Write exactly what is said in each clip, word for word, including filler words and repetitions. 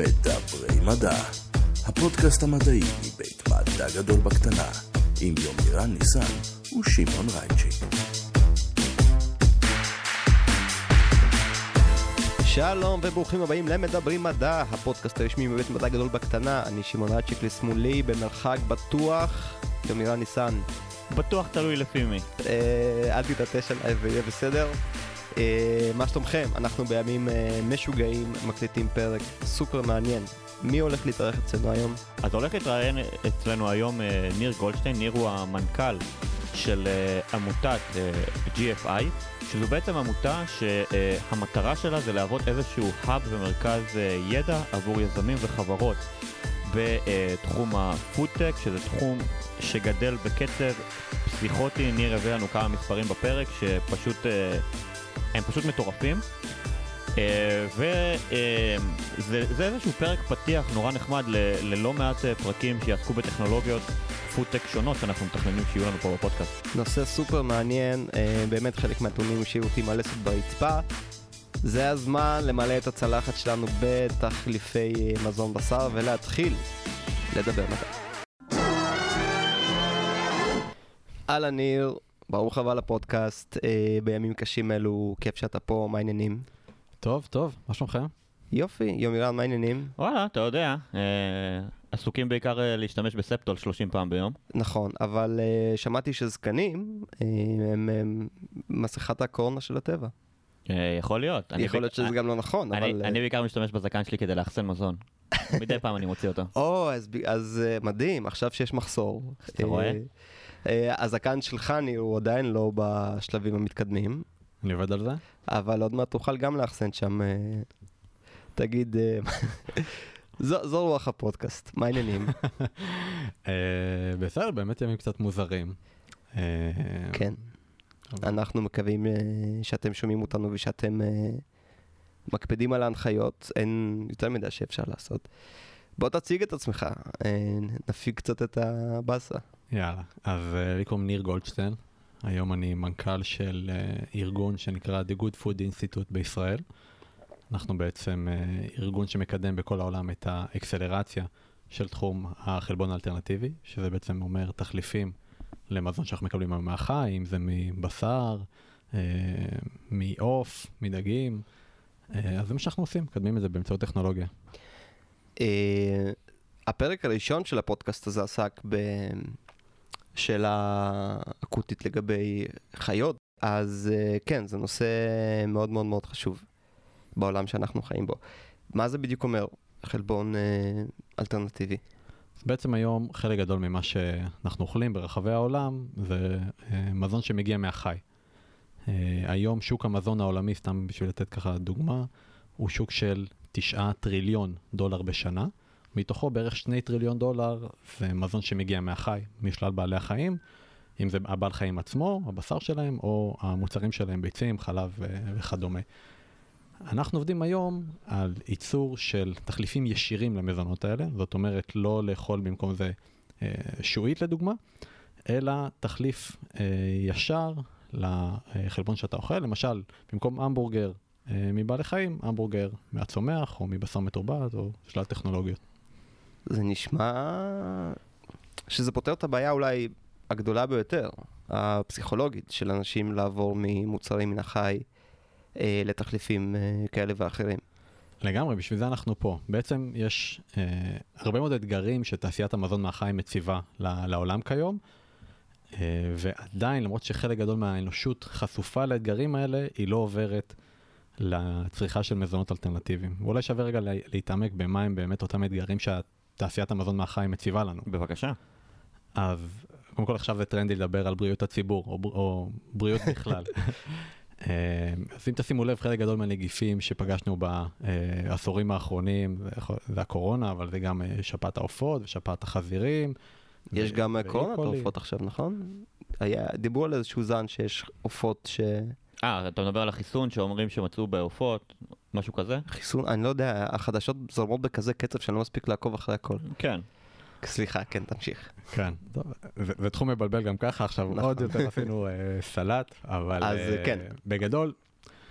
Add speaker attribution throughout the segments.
Speaker 1: מדברי מדע, הפודקאסט המדעי מבית מדע גדול בקטנה, עם יומירן ניסן ושמעון רייצ'י.
Speaker 2: שלום וברוכים הבאים למדברי מדע, הפודקאסט הרשמי מבית מדע גדול בקטנה. אני שמעון רייצ'י, לשמאלי במרחק בטוח יומירן ניסן.
Speaker 3: בטוח תלוי לפי מי.
Speaker 2: אל תתעטש עליי ויהיה בסדר. מה שלומכם? אנחנו בימים משוגעים, מקליטים פרק סופר מעניין. מי הולך להתארח אצלנו היום?
Speaker 3: אז הולך להתראיין אצלנו היום ניר גולדשטיין. ניר הוא המנכ"ל של עמותת ג'י אף איי, שזו בעצם עמותה שהמטרה שלה זה להוות איזשהו האב ומרכז ידע עבור יזמים וחברות בתחום הפודטק, שזה תחום שגדל בקצב פסיכוטי. ניר הביא לנו כמה מספרים בפרק שפשוט הם פשוט מטורפים, וזה איזשהו פרק פתיח נורא נחמד ללא מעט פרקים שיעסקו בטכנולוגיות פודטק שונות שאנחנו מתכננים שיהיו לנו פה בפודקאסט.
Speaker 2: נושא סופר מעניין, באמת חלק מהטונים השאירו אותי מלסת ברצפה. זה הזמן למלא את הצלחת שלנו בתחליפי מזון בשר ולהתחיל לדבר מדע. אהלן ניר, ברוך הבא לפודקאסט. בימים קשים אלו, כיף שאתה פה, מה העניינים?
Speaker 4: טוב, טוב, מה שלומכם?
Speaker 2: יופי, יומירן, מה העניינים?
Speaker 3: וואלה, אתה יודע, עסוקים בעיקר להשתמש בספטול שלושים פעם ביום.
Speaker 2: נכון, אבל שמעתי שזקנים הם מסכת הקורונה של הטבע.
Speaker 3: יכול להיות.
Speaker 2: יכול להיות שזה גם לא נכון, אבל...
Speaker 3: אני בעיקר משתמש בזקן שלי כדי לאחסן מזון. מדי פעם אני מוציא אותו.
Speaker 2: או, אז מדהים, עכשיו שיש מחסור.
Speaker 3: אתה רואה?
Speaker 2: הזקן שלך הוא עדיין לא בשלבים המתקדמים.
Speaker 4: אני עובד על זה.
Speaker 2: אבל עוד מעט תוכל גם לאחסן שם, תגיד, זו רוח הפודקאסט, מה העניינים?
Speaker 4: בסדר, באמת ימים קצת מוזרים.
Speaker 2: כן, אנחנו מקווים שאתם שומעים אותנו ושאתם מקפדים על ההנחיות, אין יותר מדי שאפשר לעשות. בוא תציג את עצמך, נפיג קצת את הבאסה.
Speaker 4: יאללה, אז לי קוראים ניר גולדשטיין, היום אני מנכ"ל של ארגון שנקרא The Good Food Institute בישראל. אנחנו בעצם ארגון שמקדם בכל העולם את האקסלרציה של תחום החלבון האלטרנטיבי, שזה בעצם אומר תחליפים למזון שאנחנו מקבלים מהחי, אם זה מבשר, מעוף, מדגים. אז זה מה שאנחנו עושים, מקדמים את זה באמצעות טכנולוגיה.
Speaker 2: הפרק הראשון של הפודקאסט הזה עסק בשאלה אקוטית לגבי חיות, אז כן, זה נושא מאוד מאוד מאוד חשוב בעולם שאנחנו חיים בו. מה זה בדיוק אומר, חלבון אלטרנטיבי?
Speaker 4: בעצם היום חלק גדול ממה שאנחנו אוכלים ברחבי העולם זה מזון שמגיע מהחי. היום שוק המזון העולמי, סתם בשביל לתת ככה דוגמה, הוא שוק של תשעה טריליון דולר בשנה, מתוכו בערך שני טריליון דולר זה מזון שמגיע מהחי, משלל בעלי החיים, אם זה הבעל חיים עצמו, הבשר שלהם, או המוצרים שלהם, ביצים, חלב וכדומה. אנחנו עובדים היום על ייצור של תחליפים ישירים למזונות האלה, זאת אומרת לא לאכול במקום זה שועית לדוגמה, אלא תחליף ישר לחלבון שאתה אוכל, למשל במקום המבורגר מבעלי חיים, המבורגר מהצומח או מבשר מתורבת או שלל טכנולוגיות.
Speaker 2: זה נשמע שזה פותר את הבעיה אולי הגדולה ביותר, הפסיכולוגית של אנשים לעבור ממוצרים מן החי אה, לתחליפים אה, כאלה ואחרים.
Speaker 4: לגמרי, בשביל זה אנחנו פה. בעצם יש אה, הרבה מאוד אתגרים שתעשיית המזון מהחי מציבה לעולם כיום, אה, ועדיין, למרות שחלק גדול מהאנושות חשופה לאתגרים האלה, היא לא עוברת לצריכה של מזונות אלטרנטיביים. ואולי שווה רגע להתעמק במה הם באמת אותם אתגרים שתעשיית המזון מהחי מציבה לנו.
Speaker 3: בבקשה.
Speaker 4: אז קודם כל עכשיו זה טרנדי לדבר על בריאות הציבור, או, או בריאות בכלל. אז אם תשימו לב, חלק גדול מהנגיפים שפגשנו בעשורים האחרונים, זה הקורונה, אבל זה גם שפעת העופות ושפעת החזירים.
Speaker 2: יש גם קורונה העופות עכשיו, נכון? דיברו על איזשהו זן שיש עופות ש...
Speaker 3: אה, אתה מדבר על החיסון שאומרים שמצאו בעופות, משהו כזה?
Speaker 2: חיסון, אני לא יודע, החדשות זורמות בכזה קצב שאני לא מספיק לעקוב אחרי הכל.
Speaker 3: כן.
Speaker 2: סליחה, כן, תמשיך.
Speaker 4: כן, זה תחום מבלבל גם ככה, עכשיו עוד יותר עשינו סלט, אבל בגדול,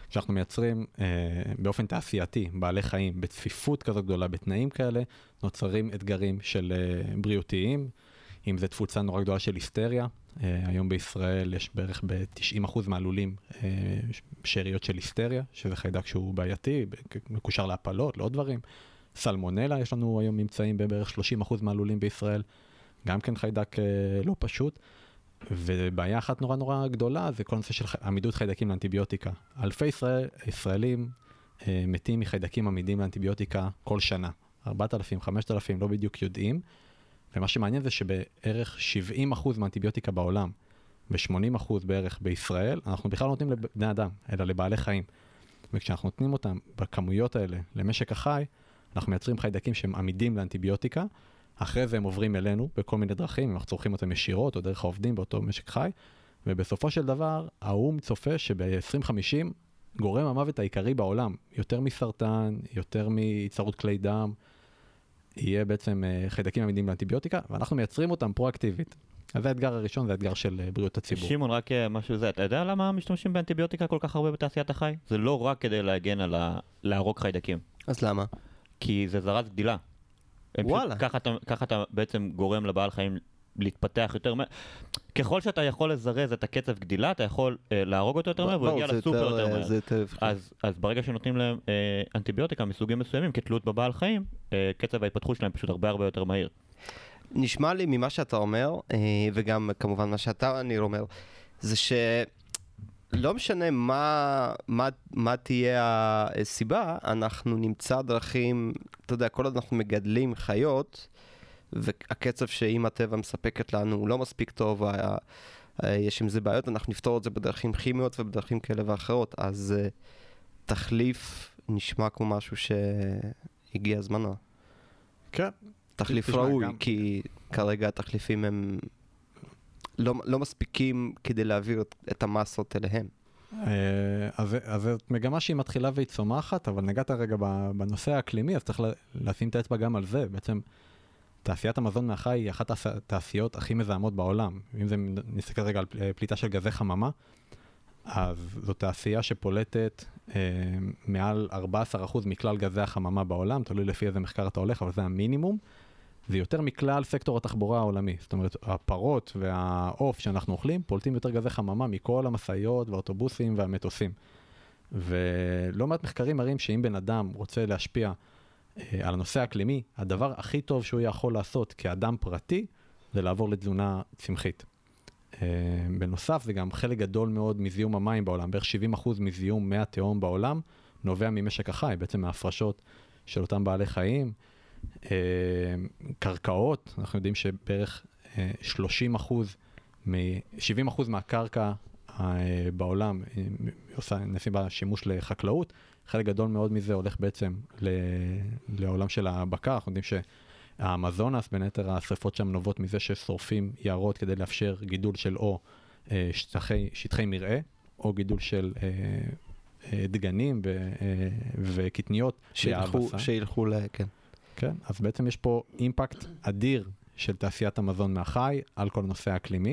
Speaker 4: שאנחנו מייצרים אה, באופן תעשייתי, בעלי חיים, בצפיפות כזו גדולה, בתנאים כאלה, נוצרים אתגרים של אה, בריאותיים, אם זה תפוצה נורא גדולה של היסטריה, אה, היום בישראל יש בערך ב-תשעים אחוז מהלולים אה, שאריות של היסטריה, שזה חיידק שהוא בעייתי, מקושר להפלות, לעוד דברים. סלמונלה, יש לנו היום ממצאים בבערך שלושים אחוז מהלולים בישראל, גם כן חיידק אה, לא פשוט. ובעיה אחת נורא נורא גדולה, זה כל נושא של עמידות חיידקים לאנטיביוטיקה. אלפי ישראל, ישראלים אה, מתים מחיידקים עמידים לאנטיביוטיקה כל שנה. ארבעת אלפים, חמשת אלפים, לא בדיוק יודעים. ומה שמעניין זה שבערך שבעים אחוז מהאנטיביוטיקה בעולם, ו-שמונים אחוז בערך בישראל, אנחנו בכלל לא נותנים לבני אדם, אלא לבעלי חיים. וכשאנחנו נותנים אותם בכמויות האלה למשק החי, אנחנו מייצרים חיידקים שהם עמידים לאנטיביוטיקה, אחרי זה הם עוברים אלינו בכל מיני דרכים, אנחנו צורכים אותם ישירות או דרך העובדים באותו משק חי, ובסופו של דבר, האום צופה שב-עשרים חמישים גורם המוות העיקרי בעולם, יותר מסרטן, יותר מהיצרות כלי דם, יהיה בעצם חיידקים עמידים לאנטיביוטיקה, ואנחנו מייצרים אותם פרואקטיבית. אז זה האתגר הראשון, זה האתגר של בריאות הציבור.
Speaker 3: שימון, רק משהו זה, אתה יודע למה משתמשים באנטיביוטיקה כל כך הרבה בתעשיית החי? זה לא רק כדי להגן על ה... להרוג חיידקים.
Speaker 2: אז למה?
Speaker 3: כי זה זרז גדילה.
Speaker 2: וואלה.
Speaker 3: ככה אתה, ככה אתה בעצם גורם לבעל חיים להתפתח יותר מהר. ככל שאתה יכול לזרז את הקצב גדילה, אתה יכול אה, להרוג אותו יותר מהר, והוא יגיע לסופר יותר מהר.
Speaker 2: זה יותר...
Speaker 3: אז, אז ברגע שנותנים להם אה, אנטיביוטיקה מסוגים מסוימים, כתלות בבעל חיים, אה, קצב ההתפתחות שלהם פשוט הרבה הרבה יותר מהיר.
Speaker 2: נשמע לי ממה שאתה אומר, אה, וגם כמובן מה שאתה אני אומר, זה ש... לא משנה מה, מה, מה תהיה הסיבה, אנחנו נמצא דרכים, אתה יודע, כל עוד אנחנו מגדלים חיות, והקצב שאם הטבע מספקת לנו הוא לא מספיק טוב, יש עם זה בעיות, אנחנו נפתור את זה בדרכים כימיות ובדרכים כאלה ואחרות, אז תחליף נשמע כמו משהו שהגיע זמנו.
Speaker 4: כן.
Speaker 2: תחליף ראוי, כי כרגע התחליפים הם... לא, לא מספיקים כדי להעביר את, את המסות אליהם.
Speaker 4: אז, אז זאת מגמה שהיא מתחילה והיא צומחת, אבל נגעת רגע בנושא האקלימי, אז צריך לשים את האצבע גם על זה. בעצם תעשיית המזון מהחי היא אחת התעשיות הכי מזהמות בעולם. אם זה נסתכל רגע על פליטה של גזי חממה, אז זו תעשייה שפולטת אה, מעל ארבעה עשר אחוז מכלל גזי החממה בעולם, תלוי לפי איזה מחקר אתה הולך, אבל זה המינימום. זה יותר מכלל סקטור התחבורה העולמי. זאת אומרת, הפרות והעוף שאנחנו אוכלים פולטים יותר גזי חממה מכל המשאיות והאוטובוסים והמטוסים. ולא מעט מחקרים מראים שאם בן אדם רוצה להשפיע אה, על הנושא האקלימי, הדבר הכי טוב שהוא יכול לעשות כאדם פרטי, זה לעבור לתזונה צמחית. אה, בנוסף, זה גם חלק גדול מאוד מזיהום המים בעולם. בערך שבעים אחוז מזיהום מי התהום בעולם נובע ממשק החי, בעצם מההפרשות של אותם בעלי חיים. קרקעות, אנחנו יודעים שבערך שלושים אחוז, שבעים אחוז מהקרקע בעולם עושה נעשים בה שימוש לחקלאות, חלק גדול מאוד מזה הולך בעצם לעולם של הבקר. אנחנו יודעים שהאמזונס, בין היתר השריפות שם נובעות מזה ששורפים יערות כדי לאפשר גידול של או שטחי, שטחי מרעה, או גידול של דגנים וקטניות.
Speaker 2: שילכו, שילכו ל... כן.
Speaker 4: כן, אז בעצם יש פה אימפקט אדיר של תעשיית המזון מהחי על כל נושא האקלימי,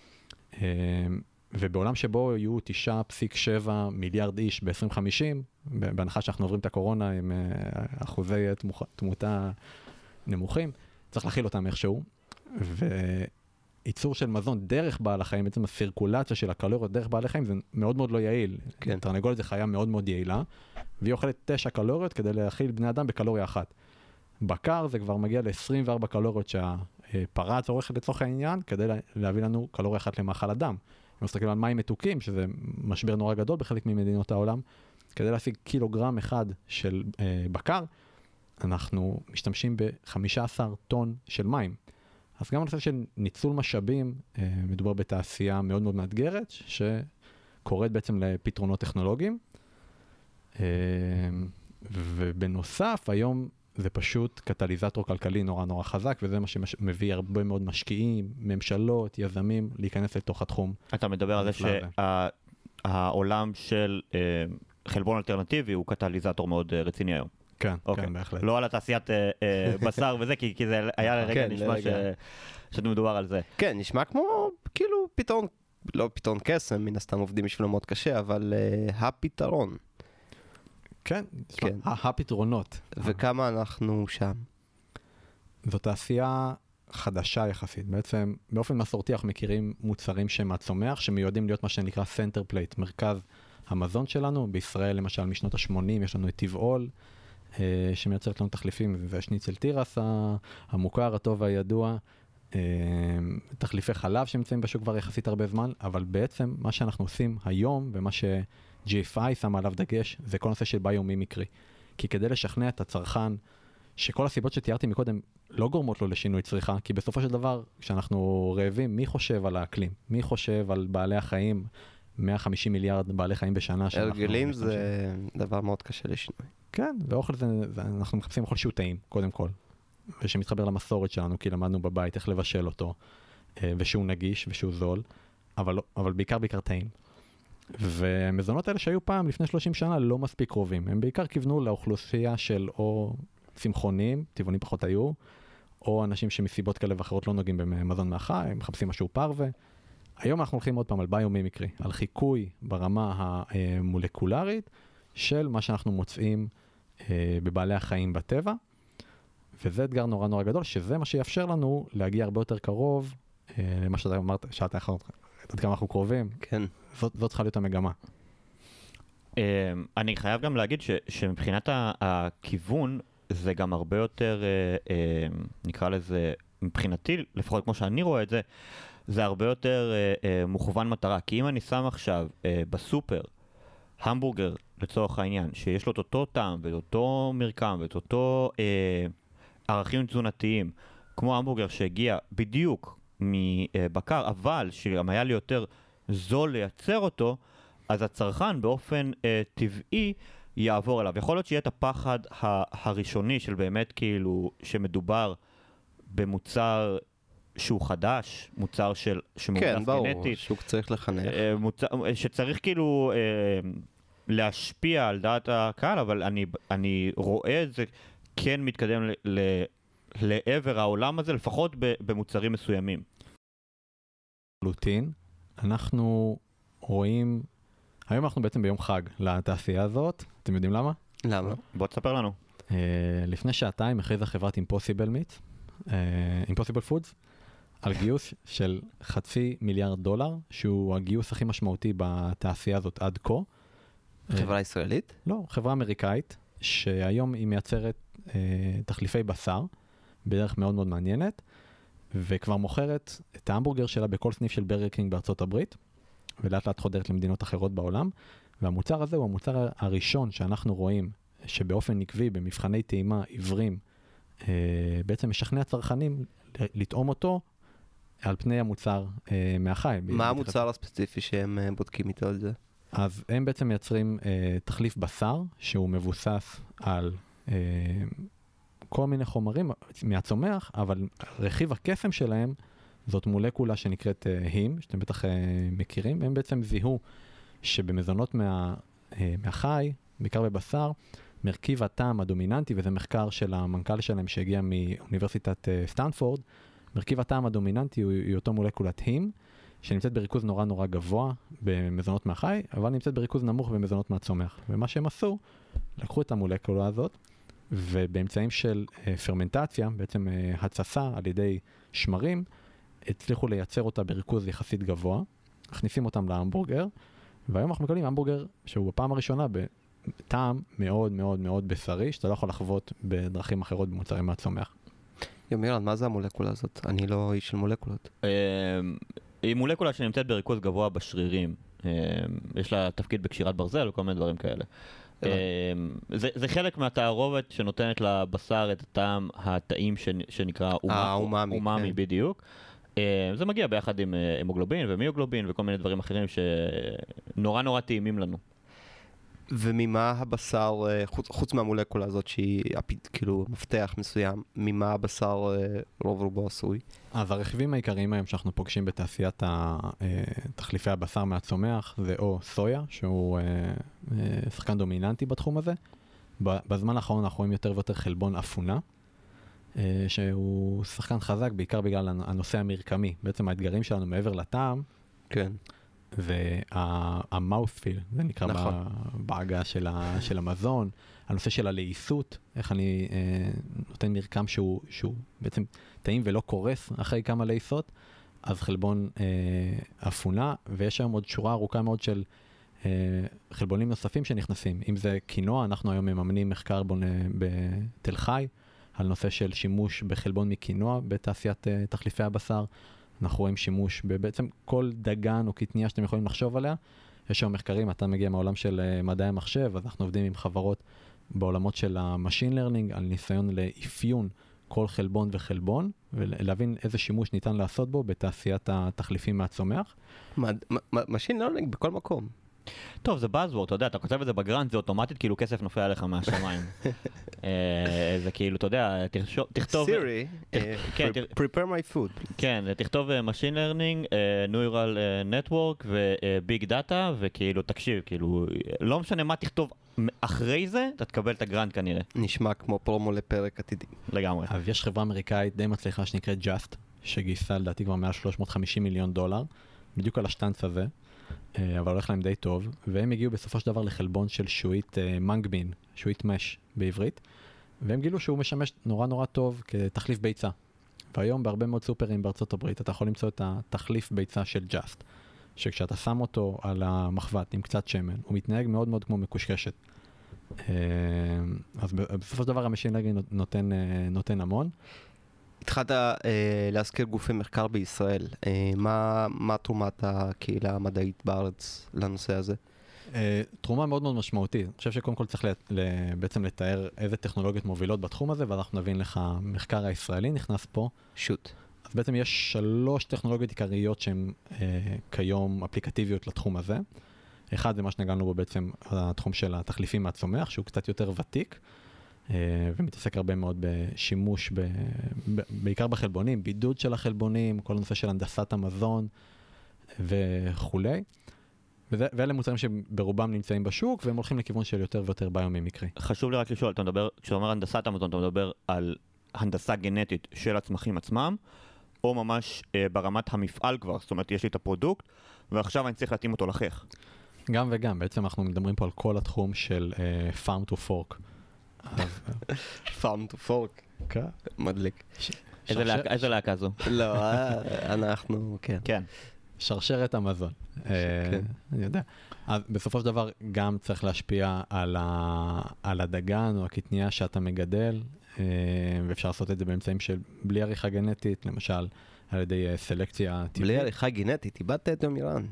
Speaker 4: ובעולם שבו יהיו תשע נקודה שבע מיליארד איש ב-עשרים חמישים, בהנחה שאנחנו עוברים את הקורונה עם אחוזי תמותה נמוכים, צריך להכיל אותם איכשהו, וייצור של מזון דרך בעל החיים, בעצם הסירקולציה של הקלוריות דרך בעל החיים, זה מאוד מאוד לא יעיל. כן. תרנגולת זה חיה מאוד מאוד יעילה, והיא אוכלת תשע קלוריות כדי להכיל בני אדם בקלוריה אחת. בקר זה כבר מגיע ל-עשרים וארבע קלוריות שהפרה צורכת לצורך העניין, כדי להביא לנו קלוריה אחת למאכל אדם. אם מסתכלים על מים מתוקים, שזה משבר נורא גדול בחלק ממדינות העולם, כדי להשיג קילוגרם אחד של אה, בקר, אנחנו משתמשים ב-חמישה עשר טון של מים. אז גם הנושא של ניצול משאבים, אה, מדובר בתעשייה מאוד מאוד מאתגרת, שקוראת בעצם לפתרונות טכנולוגיים. אה, ובנוסף, היום זה פשוט קטליזטור כלכלי נורא נורא חזק, וזה מה שמביא הרבה מאוד משקיעים, ממשלות, יזמים, להיכנס לתוך התחום.
Speaker 3: אתה מדבר על זה שהעולם של חלבון אלטרנטיבי הוא קטליזטור מאוד רציני היום.
Speaker 4: כן, כן, בהחלט.
Speaker 3: לא על התעשיית בשר וזה, כי זה היה לרגע נשמע שאתה מדובר על זה.
Speaker 2: כן, נשמע כמו כאילו פתרון לא פתרון קסם, מן הסתם עובדים בשבילו מאוד קשה, אבל uh, הפתרון.
Speaker 4: כן,
Speaker 2: כן.
Speaker 4: הפתרונות.
Speaker 2: וכמה אנחנו שם.
Speaker 4: זו תעשייה חדשה יחסית. בעצם, באופן מסורתי אנחנו מכירים מוצרים שהם מהצומח, שמיועדים להיות מה שנקרא center plate, מרכז המזון שלנו. בישראל, למשל, משנות ה-שמונים, יש לנו את טבעול, אה, שמייצרת לנו תחליפים, זה שניצל תירס המוכר, הטוב והידוע, אה, תחליפי חלב שנמצאים בשוק כבר יחסית הרבה זמן, אבל בעצם מה שאנחנו עושים היום, ומה ש-ג'י אף איי שם עליו דגש, זה כל נושא של ביומימיקרי. כי כדי לשכנע את הצרכן, שכל הסיבות שתיארתי מקודם לא גורמות לו לשינוי צריכה, כי בסופו של דבר, כשאנחנו רעבים, מי חושב על האקלים? מי חושב על בעלי החיים, מאה וחמישים מיליארד בעלי חיים בשנה?
Speaker 2: הרגלים זה דבר מאוד קשה לשינוי.
Speaker 4: כן, ואוכל זה, זה אנחנו מחפשים אוכל שהוא טעים, קודם כל, ושמתחבר למסורת שלנו, כי למדנו בבית איך לבשל אותו, ושהוא נגיש ושהוא זול, אבל, אבל בעיקר בעיקר טעים. ומזונות האלה שהיו פעם, לפני שלושים שנה, לא מספיק קרובים. הם בעיקר כיוונו לאוכלוסייה של או צמחונים, טבעונים פחות היו, או אנשים שמסיבות כאלה ואחרות לא נוגעים במזון מהחי, הם מחפשים משהו פרווה. היום אנחנו הולכים עוד פעם על ביומימיקרי, על חיקוי ברמה המולקולרית של מה שאנחנו מוצאים בבעלי החיים בטבע, וזה אתגר נורא נורא גדול, שזה מה שיאפשר לנו להגיע הרבה יותר קרוב למה שאתה אמרת, שאתה יכול, עד כמה אנחנו קרובים.
Speaker 2: כן.
Speaker 4: זאת, זאת צריכה להיות המגמה.
Speaker 3: אני חייב גם להגיד ש, שמבחינת הכיוון, זה גם הרבה יותר, נקרא לזה, מבחינתי, לפחות כמו שאני רואה את זה, זה הרבה יותר מוכוון מטרה. כי אם אני שם עכשיו בסופר, המבורגר לצורך העניין, שיש לו את אותו טעם ואת אותו מרקם ואת אותו ערכים תזונתיים, כמו המבורגר שהגיע בדיוק מבקר, אבל שגם היה לי יותר זול לייצר אותו, אז הצרכן באופן אה, טבעי יעבור אליו. יכול להיות שיהיה את הפחד ה- הראשוני של באמת כאילו שמדובר במוצר שהוא חדש, מוצר של שמאודף
Speaker 2: גנטית. כן,
Speaker 3: ברור,
Speaker 2: שוק צריך לחנך.
Speaker 3: אה, מוצר, שצריך כאילו אה, להשפיע על דעת הקהל, אבל אני, אני רואה את זה כן מתקדם ל... ל- לעבר העולם הזה, לפחות במוצרים מסוימים.
Speaker 4: לוטין, אנחנו רואים, היום אנחנו בעצם ביום חג לתעשייה הזאת, אתם יודעים למה?
Speaker 2: למה?
Speaker 3: בוא תספר לנו.
Speaker 4: Uh, לפני שעתיים הכריזה חברת Impossible Meat, uh, Impossible Foods, על גיוס של חצי מיליארד דולר, שהוא הגיוס הכי משמעותי בתעשייה הזאת עד כה.
Speaker 2: חברה ישראלית?
Speaker 4: לא, חברה אמריקאית, שהיום היא מייצרת uh, תחליפי בשר, בדרך מאוד מאוד מעניינת, וכבר מוכרת את ההמבורגר שלה בכל סניף של ברגר קינג בארצות הברית, ולאט לאט חודרת למדינות אחרות בעולם, והמוצר הזה הוא המוצר הראשון שאנחנו רואים, שבאופן עקבי במבחני טעימה עיוורים, אה, בעצם משכנע צרכנים לטעום אותו על פני המוצר אה, מהחי.
Speaker 2: מה המוצר הספציפי שהם אה, בודקים איתו על זה?
Speaker 4: אז הם בעצם מייצרים אה, תחליף בשר, שהוא מבוסס על... אה, כל מיני חומרים מהצומח, אבל רכיב הקסם שלהם זאת מולקולה שנקראת uh, הים, שאתם בטח uh, מכירים, הם בעצם זיהו שבמזונות מה, uh, מהחי, בעיקר בבשר, מרכיב הטעם הדומיננטי, וזה מחקר של המנכ"ל שלהם שהגיע מאוניברסיטת uh, סטנפורד, מרכיב הטעם הדומיננטי הוא, הוא אותו מולקולת הים, שנמצאת בריכוז נורא נורא גבוה במזונות מהחי, אבל נמצאת בריכוז נמוך במזונות מהצומח. ומה שהם עשו, לקחו את המולקולה הזאת, ובאמצעים של uh, פרמנטציה, בעצם uh, הצסה על ידי שמרים, הצליחו לייצר אותה בריכוז יחסית גבוה, מכניסים אותם להמבורגר, והיום אנחנו מקבלים המבורגר שהוא בפעם הראשונה בטעם מאוד מאוד מאוד בשרי, שאתה לא יכול לחוות בדרכים אחרות במוצרים מהצומח.
Speaker 2: יומירן, מה זה המולקולה הזאת? אני לא איש של מולקולות.
Speaker 3: היא מולקולה שנמצאת בריכוז גבוה בשרירים. יש לה תפקיד בקשירת ברזל וכל מיני דברים כאלה. זה, זה חלק מהתערובת שנותנת לבשר את הטעם הטעים שנקרא אומאמי, אומאמי בדיוק. זה מגיע ביחד עם המוגלובין ומיוגלובין וכל מיני דברים אחרים שנורא נורא טעימים לנו.
Speaker 2: וממה הבשר, חוץ, חוץ מהמולקולה הזאת שהיא כאילו מפתח מסוים, ממה הבשר רוב רובו עשוי?
Speaker 4: אז הרכיבים העיקריים היום שאנחנו פוגשים בתעשיית תחליפי הבשר מהצומח זה או סויה, שהוא שחקן דומיננטי בתחום הזה. בזמן האחרון אנחנו רואים יותר ויותר חלבון אפונה, שהוא שחקן חזק בעיקר בגלל הנושא המרקמי. בעצם האתגרים שלנו מעבר לטעם,
Speaker 2: כן.
Speaker 4: וה-mouthfeel, זה נקרא
Speaker 2: נכון.
Speaker 4: בעגה של, ה, של המזון, הנושא של הלעיסות, איך אני אה, נותן מרקם שהוא, שהוא בעצם טעים ולא קורס אחרי כמה לעיסות, אז חלבון אה, אפונה, ויש היום עוד שורה ארוכה מאוד של אה, חלבונים נוספים שנכנסים. אם זה קינוע, אנחנו היום מממנים מחקר בו בתל חי, על נושא של שימוש בחלבון מקינוע בתעשיית אה, תחליפי הבשר. אנחנו רואים שימוש בבעצם כל דגן או קטניה שאתם יכולים לחשוב עליה. יש היום מחקרים, אתה מגיע מהעולם של אה, מדעי המחשב, אז אנחנו עובדים עם חברות בעולמות של ה-machine learning, על ניסיון לאפיון כל חלבון וחלבון, ולהבין איזה שימוש ניתן לעשות בו בתעשיית התחליפים מהצומח.
Speaker 2: machine learning בכל מקום.
Speaker 3: טוב, זה buzzword, אתה יודע, אתה כותב את זה בגרנט, זה אוטומטית כאילו כסף נופל עליך מהשמיים. זה כאילו, אתה יודע, תכתוב...
Speaker 2: Siri, prepare my food.
Speaker 3: כן, תכתוב machine learning, neural network ו-big data, וכאילו, תקשיב, כאילו, לא משנה מה תכתוב אחרי זה, אתה תקבל את הגרנט כנראה.
Speaker 2: נשמע כמו פרומו לפרק עתידי.
Speaker 3: לגמרי.
Speaker 4: אז יש חברה אמריקאית די מצליחה שנקראת Just, שגייסה לדעתי כבר מעל שלוש מאות וחמישים מיליון דולר, בדיוק על השטנץ הזה. אבל הולך להם די טוב, והם הגיעו בסופו של דבר לחלבון של שועית מנגבין, שועית מש בעברית, והם גילו שהוא משמש נורא נורא טוב כתחליף ביצה. והיום בהרבה מאוד סופרים בארצות הברית, אתה יכול למצוא את התחליף ביצה של Just, שכשאתה שם אותו על המחבת עם קצת שמן, הוא מתנהג מאוד מאוד כמו מקושקשת. אז בסופו של דבר המשין לרנינג נותן, נותן המון.
Speaker 2: התחלת אה, להזכיר גופי מחקר בישראל. אה, מה, מה תרומת הקהילה המדעית בארץ לנושא הזה?
Speaker 4: אה, תרומה מאוד מאוד משמעותית. אני חושב שקודם כל צריך ל, בעצם לתאר איזה טכנולוגיות מובילות בתחום הזה, ואנחנו נבין לך, מחקר הישראלי נכנס פה.
Speaker 2: שוט.
Speaker 4: אז בעצם יש שלוש טכנולוגיות עיקריות שהן אה, כיום אפליקטיביות לתחום הזה. אחד זה מה שנגענו בו בעצם, התחום של התחליפים מהצומח, שהוא קצת יותר ותיק, ומתעסק הרבה מאוד בשימוש, ב, ב, בעיקר בחלבונים, בידוד של החלבונים, כל הנושא של הנדסת המזון וכולי. וזה, ואלה מוצרים שברובם נמצאים בשוק, והם הולכים לכיוון של יותר ויותר ביומי מקרי.
Speaker 3: חשוב לי רק לשאול, אתה מדבר, כשאתה אומר הנדסת המזון, אתה מדבר על הנדסה גנטית של הצמחים עצמם, או ממש אה, ברמת המפעל כבר, זאת אומרת, יש לי את הפרודוקט, ועכשיו אני צריך להתאים אותו לחך.
Speaker 4: גם וגם, בעצם אנחנו מדברים פה על כל התחום של אה, farm to fork.
Speaker 2: farm to fork. מדליק.
Speaker 3: איזה להקה זו?
Speaker 2: לא, אנחנו, כן.
Speaker 3: כן.
Speaker 4: שרשרת המזון. אני יודע. אז בסופו של דבר גם צריך להשפיע על הדגן או הקטניה שאתה מגדל, ואפשר לעשות את זה באמצעים של בלי עריכה גנטית, למשל על ידי סלקציה טבעית.
Speaker 2: בלי עריכה גנטית, איבדת את יומירן.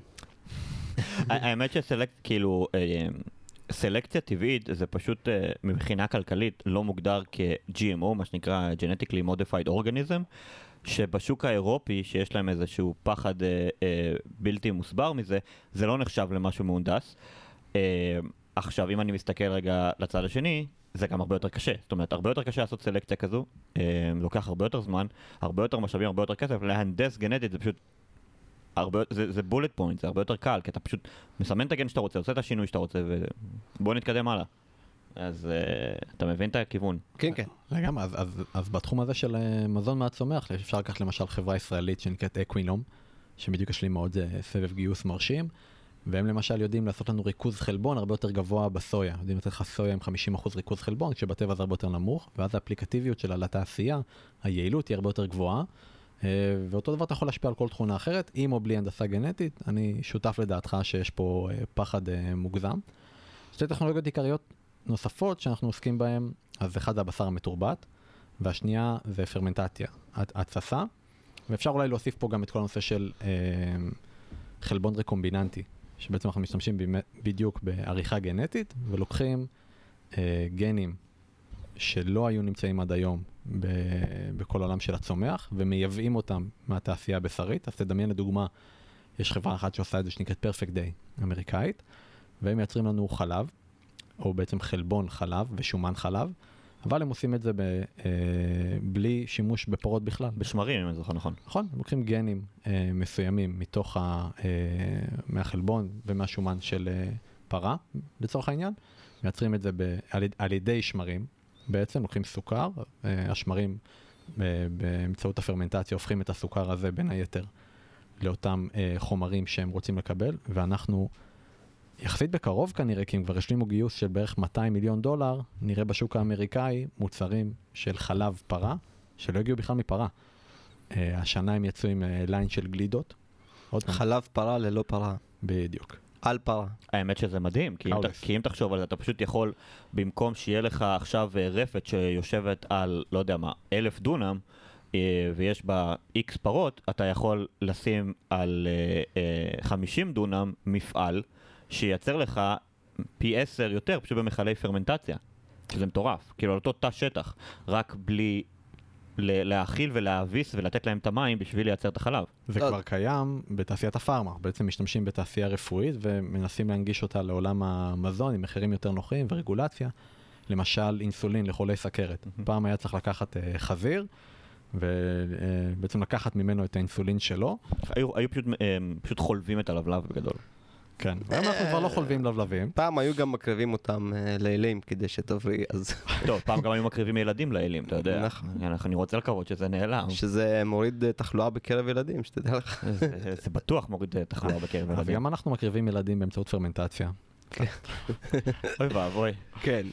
Speaker 3: האמת שסלקציה, כאילו, סלקציה טבעית זה פשוט מבחינה כלכלית לא מוגדר כ-ג'י אם או, מה שנקרא Genetically Modified Organism, שבשוק האירופי, שיש להם איזשהו פחד אה, אה, בלתי מוסבר מזה, זה לא נחשב למשהו מהונדס. אה, עכשיו, אם אני מסתכל רגע לצד השני, זה גם הרבה יותר קשה. זאת אומרת, הרבה יותר קשה לעשות סלקציה כזו, אה, לוקח הרבה יותר זמן, הרבה יותר משאבים, הרבה יותר כסף. להנדס גנטית זה פשוט, הרבה, זה, זה בולט פוינט, זה הרבה יותר קל, כי אתה פשוט מסמן את הגן שאתה רוצה, עושה את השינוי שאתה רוצה, ובוא נתקדם הלאה. אז uh, אתה מבין את הכיוון.
Speaker 2: כן, כן.
Speaker 4: לגמרי, אז, אז, אז בתחום הזה של uh, מזון מהצומח, אפשר לקחת למשל חברה ישראלית שנקראת אקווינום, שבדיוק יש לי מאוד uh, סבב גיוס מרשים, והם למשל יודעים לעשות לנו ריכוז חלבון הרבה יותר גבוה בסויה. יודעים לתת לך סויה עם חמישים אחוז ריכוז חלבון, כשבטבע זה הרבה יותר נמוך, ואז האפליקטיביות שלה לתעשייה, היעילות היא הרבה יותר גבוהה, uh, ואותו דבר אתה יכול להשפיע על כל תכונה אחרת, עם או בלי הנדסה גנטית. אני שותף לדעתך שיש פה uh, פחד uh, מוגזם. שתי טכנולוגיות עיקריות נוספות שאנחנו עוסקים בהן, אז אחד זה הבשר המתורבת, והשנייה זה פרמנטציה, התססה, ואפשר אולי להוסיף פה גם את כל הנושא של אה, חלבון רקומביננטי, שבעצם אנחנו משתמשים בדיוק בעריכה גנטית, ולוקחים אה, גנים שלא היו נמצאים עד היום ב- בכל העולם של הצומח, ומייבאים אותם מהתעשייה הבשרית. אז תדמיין לדוגמה, יש חברה אחת שעושה את זה שנקראת Perfect Day, אמריקאית, והם מייצרים לנו חלב, או בעצם חלבון חלב ושומן חלב, אבל הם עושים את זה ב, אה, בלי שימוש בפרות בכלל.
Speaker 3: בשמרים, אם אני זוכר נכון. נכון,
Speaker 4: הם לוקחים גנים אה, מסוימים מתוך ה, אה, מהחלבון ומהשומן של אה, פרה, לצורך העניין, מייצרים את זה ב, על, על ידי שמרים, בעצם לוקחים סוכר, אה, השמרים אה, באמצעות הפרמנטציה הופכים את הסוכר הזה בין היתר לאותם אה, חומרים שהם רוצים לקבל, ואנחנו יחסית בקרוב כנראה, כי הם כבר השלימו גיוס של בערך מאתיים מיליון דולר, נראה בשוק האמריקאי מוצרים של חלב פרה, שלא הגיעו בכלל מפרה. אה, השנה הם יצאו עם אה, ליין של גלידות.
Speaker 2: חלב פרה ללא פרה.
Speaker 4: בדיוק.
Speaker 2: על פרה.
Speaker 3: האמת שזה מדהים, כי אם, ת, כי אם תחשוב על זה, אתה פשוט יכול, במקום שיהיה לך עכשיו רפת שיושבת על, לא יודע מה, אלף דונם, ויש בה איקס פרות, אתה יכול לשים על חמישים דונם מפעל, שייצר לך פי עשר יותר, פשוט במחלי פרמנטציה. שזה מטורף. כאילו, על אותו תא שטח, רק בלי להאכיל ולהאביס ולתת להם את המים בשביל לייצר את החלב.
Speaker 4: זה כבר קיים בתעשיית הפארמה. בעצם משתמשים בתעשייה רפואית ומנסים להנגיש אותה לעולם המזון עם מחירים יותר נוחים ורגולציה. למשל, אינסולין לחולי סכרת. פעם היה צריך לקחת חזיר, ובעצם לקחת ממנו את האינסולין שלו.
Speaker 3: היו, היו פשוט, פשוט חולבים את הלבלב בגדול.
Speaker 4: כן, והיום אנחנו כבר לא חולבים לבלבים.
Speaker 2: פעם היו גם מקריבים אותם לאלים כדי שתבריא, אז...
Speaker 3: טוב, פעם גם היו מקריבים ילדים לאלים, אתה יודע. אני רוצה לקוות שזה נעלם.
Speaker 2: שזה מוריד תחלואה בקרב ילדים, שתדע לך.
Speaker 3: זה בטוח מוריד תחלואה בקרב ילדים.
Speaker 4: אבל גם אנחנו מקריבים ילדים באמצעות פרמנטציה.
Speaker 3: אוי ואבוי.
Speaker 2: כן,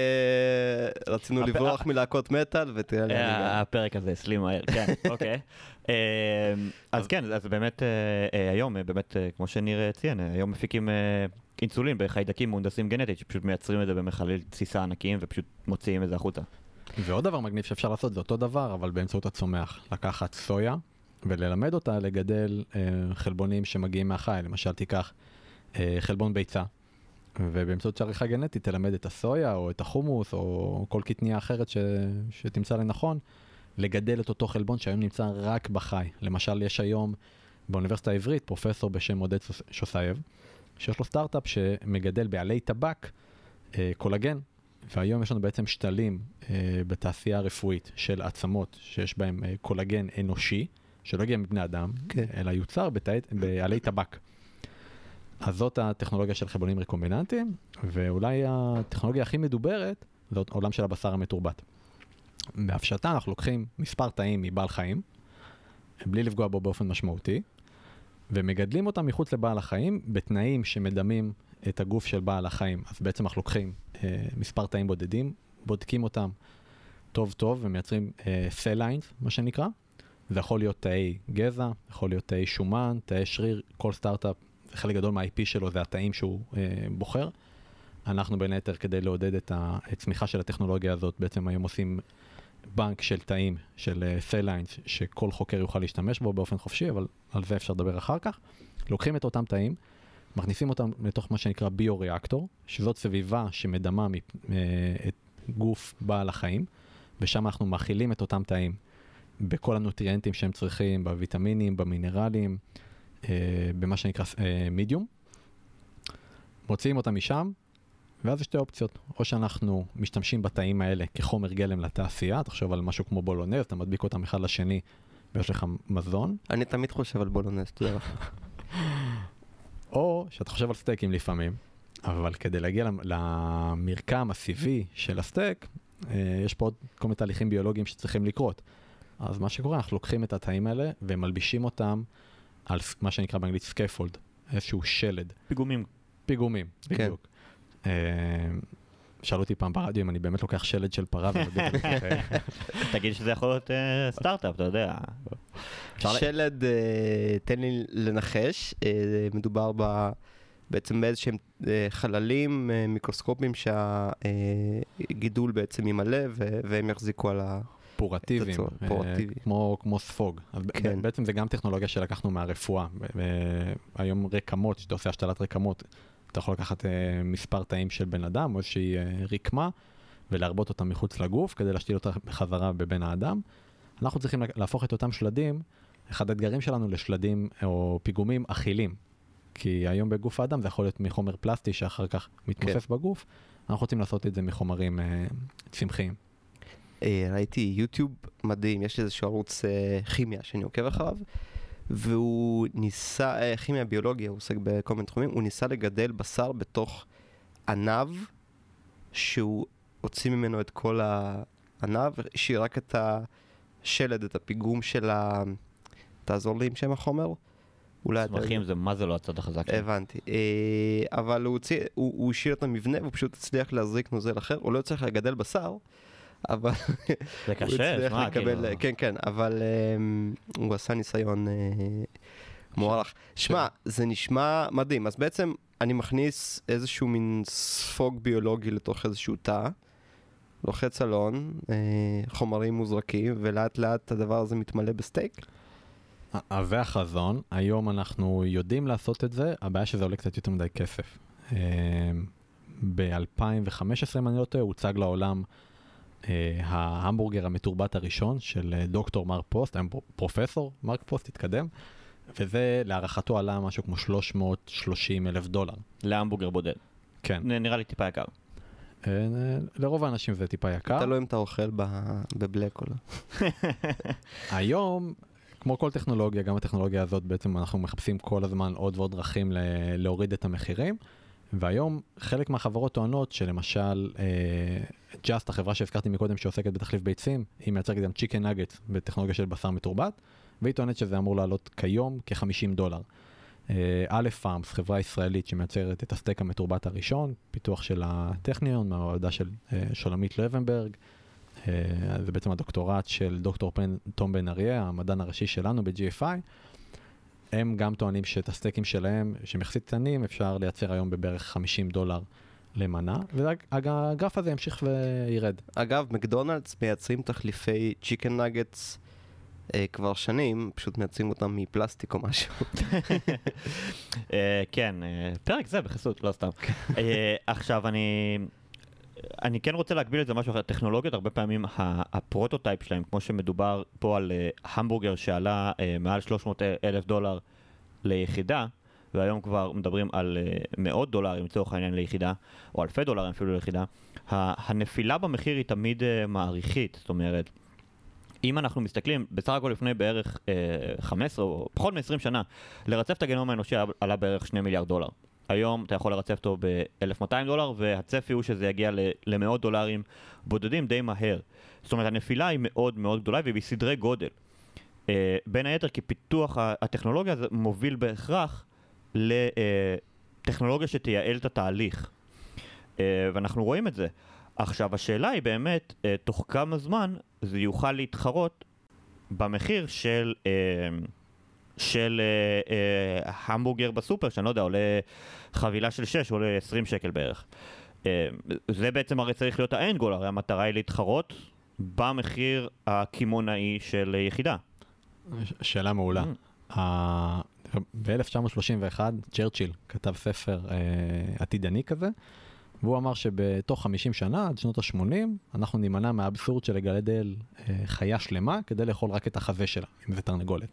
Speaker 2: רצינו לברוח מלהקות מטל ותראה לי...
Speaker 3: הפרק הזה הסלים מהר, כן, אוקיי. אז כן, אז באמת היום, באמת כמו שניר ציין, היום מפיקים אינסולין בחיידקים מהונדסים גנטית, שפשוט מייצרים את זה במכלי תסיסה ענקיים ופשוט מוציאים את זה החוצה.
Speaker 4: ועוד דבר מגניב שאפשר לעשות, זה אותו דבר, אבל באמצעות הצומח. לקחת סויה וללמד אותה לגדל חלבונים שמגיעים מהחי. למשל, תיקח חלבון ביצה, ובאמצעות שעריכה גנטית תלמד את הסויה או את החומוס או כל קטניה אחרת ש... שתמצא לנכון לגדל את אותו חלבון שהיום נמצא רק בחי. למשל, יש היום באוניברסיטה העברית פרופסור בשם עודד שוסייב, שיש לו סטארט-אפ שמגדל בעלי טבק אה, קולגן, והיום יש לנו בעצם שתלים אה, בתעשייה הרפואית של עצמות שיש בהם אה, קולגן אנושי, שלא הגיע מבני אדם, okay. אלא יוצר בתא... בעלי טבק. אז זאת הטכנולוגיה של חלבונים רקומביננטיים, ואולי הטכנולוגיה הכי מדוברת, זאת עולם של הבשר המתורבת. בהפשטה אנחנו לוקחים מספר תאים מבעל חיים, בלי לפגוע בו באופן משמעותי, ומגדלים אותם מחוץ לבעל החיים, בתנאים שמדמים את הגוף של בעל החיים. אז בעצם אנחנו לוקחים אה, מספר תאים בודדים, בודקים אותם טוב טוב, ומייצרים אה, cell lines, מה שנקרא. זה יכול להיות תאי גזע, יכול להיות תאי שומן, תאי שריר, כל סטארט-אפ, חלק גדול מה-איי פי שלו זה התאים שהוא אה, בוחר. אנחנו בין היתר כדי לעודד את הצמיחה של הטכנולוגיה הזאת, בעצם היום עושים בנק של תאים, של cell lines, שכל חוקר יוכל להשתמש בו באופן חופשי, אבל על זה אפשר לדבר אחר כך. לוקחים את אותם תאים, מכניסים אותם לתוך מה שנקרא ביו-ריאקטור, שזאת סביבה שמדמה את גוף בעל החיים, ושם אנחנו מכילים את אותם תאים בכל הנוטריאנטים שהם צריכים, בוויטמינים, במינרלים, במה שנקרא מידיום. מוציאים אותם משם, ואז יש שתי אופציות. או שאנחנו משתמשים בתאים האלה כחומר גלם לתעשייה, תחשוב על משהו כמו בולונז, אתה מדביק אותם אחד לשני, ויש לך מזון.
Speaker 2: אני תמיד חושב על בולונז, תודה לך.
Speaker 4: או שאתה חושב על סטייקים לפעמים, אבל כדי להגיע למרקם הסיבי של הסטייק, יש פה עוד כל מיני תהליכים ביולוגיים שצריכים לקרות. אז מה שקורה, אנחנו לוקחים את התאים האלה, ומלבישים אותם על מה שנקרא באנגלית סקייפולד, איזשהו שלד.
Speaker 3: פיגומים.
Speaker 4: פיגומים, בדיוק. שאלו אותי פעם ברדיו אם אני באמת לוקח שלד של פרה ומדביק.
Speaker 3: תגיד שזה יכול להיות סטארט-אפ, אתה יודע.
Speaker 2: שלד, תן לי לנחש, מדובר בעצם באיזשהם חללים מיקרוסקופיים שהגידול בעצם ימלא והם יחזיקו על ה...
Speaker 4: פורטיביים, כמו ספוג. בעצם זה גם טכנולוגיה שלקחנו מהרפואה. היום רקמות, שאתה עושה השתלת רקמות, אתה יכול לקחת מספר תאים של בן אדם, או איזושהי רקמה, ולהרבות אותם מחוץ לגוף, כדי להשתיל אותה בחזרה בבן האדם. אנחנו צריכים להפוך את אותם שלדים, אחד האתגרים שלנו לשלדים או פיגומים אכילים. כי היום בגוף האדם זה יכול להיות מחומר פלסטי, שאחר כך מתמוסס בגוף. אנחנו רוצים לעשות את זה מחומרים צמחיים.
Speaker 2: ראיתי יוטיוב מדהים, יש איזשהו ערוץ כימיה שאני עוקב אחריו, והוא ניסה, כימיה ביולוגיה, הוא עוסק בכל מיני תחומים, הוא ניסה לגדל בשר בתוך ענב, שהוא הוציא ממנו את כל הענב, השאיר רק את השלד, את הפיגום של ה... תעזור לי עם שם החומר?
Speaker 3: צמחים זה מה זה לא הצד החזק.
Speaker 2: הבנתי. אבל הוא השאיר את המבנה, והוא פשוט הצליח להזריק נוזל אחר, הוא לא צריך לגדל בשר, אבל...
Speaker 3: זה קשה, שמה, כאילו...
Speaker 2: כן, כן, אבל הוא עשה ניסיון מוערך. שמע, זה נשמע מדהים, אז בעצם אני מכניס איזשהו מין ספוג ביולוגי לתוך איזשהו תא, לוחץ אלון, חומרים מוזרקים, ולאט לאט הדבר הזה מתמלא בסטייק.
Speaker 4: והחזון, היום אנחנו יודעים לעשות את זה, הבעיה שזה עולה קצת יותר מדי כסף. ב-אלפיים וחמש עשרה, אם אני לא טועה, הוצג לעולם ההמבורגר המתורבת הראשון של דוקטור מרק פוסט, פרופסור מרק פוסט התקדם, וזה להערכתו עלה משהו כמו שלוש מאות ושלושים אלף דולר.
Speaker 3: להמבורגר בודד.
Speaker 4: כן.
Speaker 3: נראה לי טיפה יקר.
Speaker 4: לרוב האנשים זה טיפה יקר.
Speaker 2: אתה לא אם אתה אוכל בבלק או לא.
Speaker 4: היום, כמו כל טכנולוגיה, גם הטכנולוגיה הזאת בעצם אנחנו מחפשים כל הזמן עוד ועוד דרכים להוריד את המחירים, והיום חלק מהחברות טוענות שלמשל, Just, החברה שהזכרתי מקודם שעוסקת בתחליף ביצים, היא מייצרת גם צ'יקן נאגט בטכנולוגיה של בשר מתורבת, והיא טוענת שזה אמור לעלות כיום כ-חמישים דולר. א' פארמס, חברה ישראלית שמייצרת את הסטייק המתורבת הראשון, פיתוח של הטכניון, מהעבודה של שולמית לוינברג, זה בעצם הדוקטורט של דוקטור תום בן אריה, המדען הראשי שלנו ב-ג'י אף איי, הם גם טוענים שאת הסטייקים שלהם, שהם יחסית קטנים, אפשר לייצר היום בבערך חמישים דולר למנה, והגרף הזה ימשיך וירד.
Speaker 2: אגב, מקדונלדס מייצרים תחליפי צ'יקן נאגטס, כבר שנים, פשוט מייצרים אותם מפלסטיק או משהו.
Speaker 3: כן, פרק זה בחסות, לא סתם. עכשיו, אני אני כן רוצה להגביל את זה משהו אחר. טכנולוגיות, הרבה פעמים הפרוטוטייפ שלהם, כמו שמדובר פה על המבורגר שעלה מעל שלוש מאות אלף דולר ליחידה, והיום כבר מדברים על מאות דולרים לצורך העניין ליחידה, או אלפי דולרים אפילו ליחידה, הנפילה במחיר היא תמיד מעריכית, זאת אומרת, אם אנחנו מסתכלים, בסך הכל לפני בערך אה, חמש עשרה או פחות מ-עשרים שנה, לרצף את הגנום האנושי עלה בערך שני מיליארד דולר. היום אתה יכול לרצף אותו ב-אלף ומאתיים דולר, והצפי הוא שזה יגיע ל-מאות דולרים בודדים די מהר. זאת אומרת, הנפילה היא מאוד מאוד גדולה, והיא בסדרי גודל. אה, בין היתר, כי פיתוח הטכנולוגיה הזה מוביל בהכרח לטכנולוגיה שתייעל את התהליך. אה, ואנחנו רואים את זה. עכשיו, השאלה היא באמת, אה, תוך כמה זמן זה יוכל להתחרות במחיר של, אה, של אה, אה, המבורגר בסופר, שאני לא יודע, עולה חבילה של שש, עולה עשרים שקל בערך. אה, זה בעצם הרי צריך להיות האנד גול, הרי המטרה היא להתחרות במחיר הקימונאי של יחידה.
Speaker 4: שאלה מעולה. Mm. ב-אלף תשע מאות שלושים ואחת, צ'רצ'יל כתב ספר אה, עתידני כזה, והוא אמר שבתוך חמישים שנה, עד שנות ה-שמונים, אנחנו נימנע מהאבסורד של לגדל אה, חיה שלמה, כדי לאכול רק את החזה שלה, אם זה תרנגולת.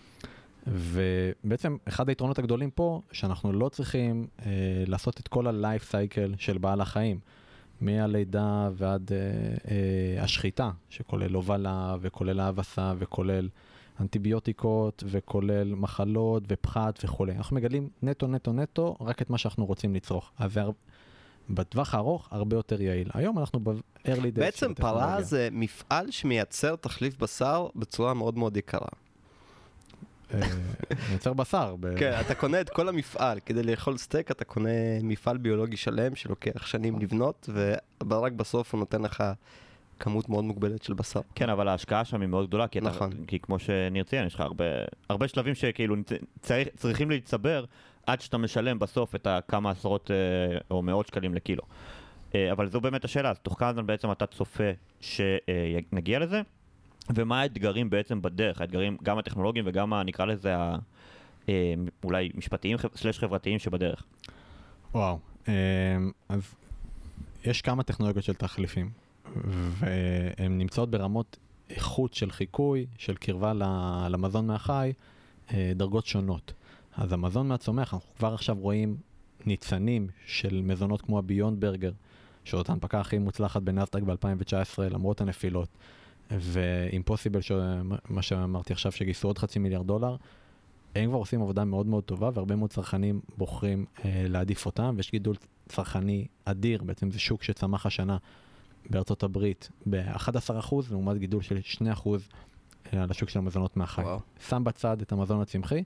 Speaker 4: ובעצם אחד היתרונות הגדולים פה, שאנחנו לא צריכים אה, לעשות את כל ה-life cycle של בעל החיים, מהלידה ועד אה, אה, השחיטה, שכולל הובלה וכולל האבסה וכולל אנטיביוטיקות וכולל מחלות ופחת וכו'. אנחנו מגדלים נטו נטו נטו רק את מה שאנחנו רוצים לצרוך. אז זה בטווח הארוך הרבה יותר יעיל. היום אנחנו ב-early days.
Speaker 2: בעצם פרה זה מפעל שמייצר תחליף בשר בצורה מאוד מאוד יקרה.
Speaker 4: מייצר בשר.
Speaker 2: כן, אתה קונה את כל המפעל. כדי לאכול סטייק אתה קונה מפעל ביולוגי שלם שלוקח שנים לבנות, ורק בסוף הוא נותן לך כמות מאוד מוגבלת של בשר.
Speaker 3: כן, אבל ההשקעה שם היא מאוד גדולה, כי,
Speaker 2: נכון.
Speaker 3: אתה, כי כמו שניר ציין, יש לך הרבה, הרבה שלבים שכאילו צריך, צריכים להצטבר עד שאתה משלם בסוף את כמה עשרות או מאות שקלים לקילו. אבל זו באמת השאלה, אז תוך כמה זמן בעצם אתה צופה שנגיע לזה, ומה האתגרים בעצם בדרך, האתגרים גם הטכנולוגיים וגם נקרא לזה אולי משפטיים סלש חברתיים שבדרך.
Speaker 4: וואו, אז יש כמה טכנולוגיות של תחליפים, והן נמצאות ברמות איכות של חיקוי, של קרבה למזון מהחי, דרגות שונות. אז המזון מהצומח, אנחנו כבר עכשיו רואים ניצנים של מזונות כמו הביונד ברגר, שזאת ההנפקה הכי מוצלחת בנאסד"ק ב-אלפיים תשע עשרה, למרות הנפילות, ואימפוסיבל, מה שאמרתי עכשיו, שגייסו עוד חצי מיליארד דולר, הם כבר עושים עבודה מאוד מאוד טובה, והרבה מאוד צרכנים בוחרים אה, להעדיף אותם, ויש גידול צרכני אדיר, בעצם זה שוק שצמח השנה בארצות הברית ב-אחד עשר אחוז, לעומת גידול של שני אחוז על השוק של המזונות מהחי. וואו. שם בצד את המזון הצמחי,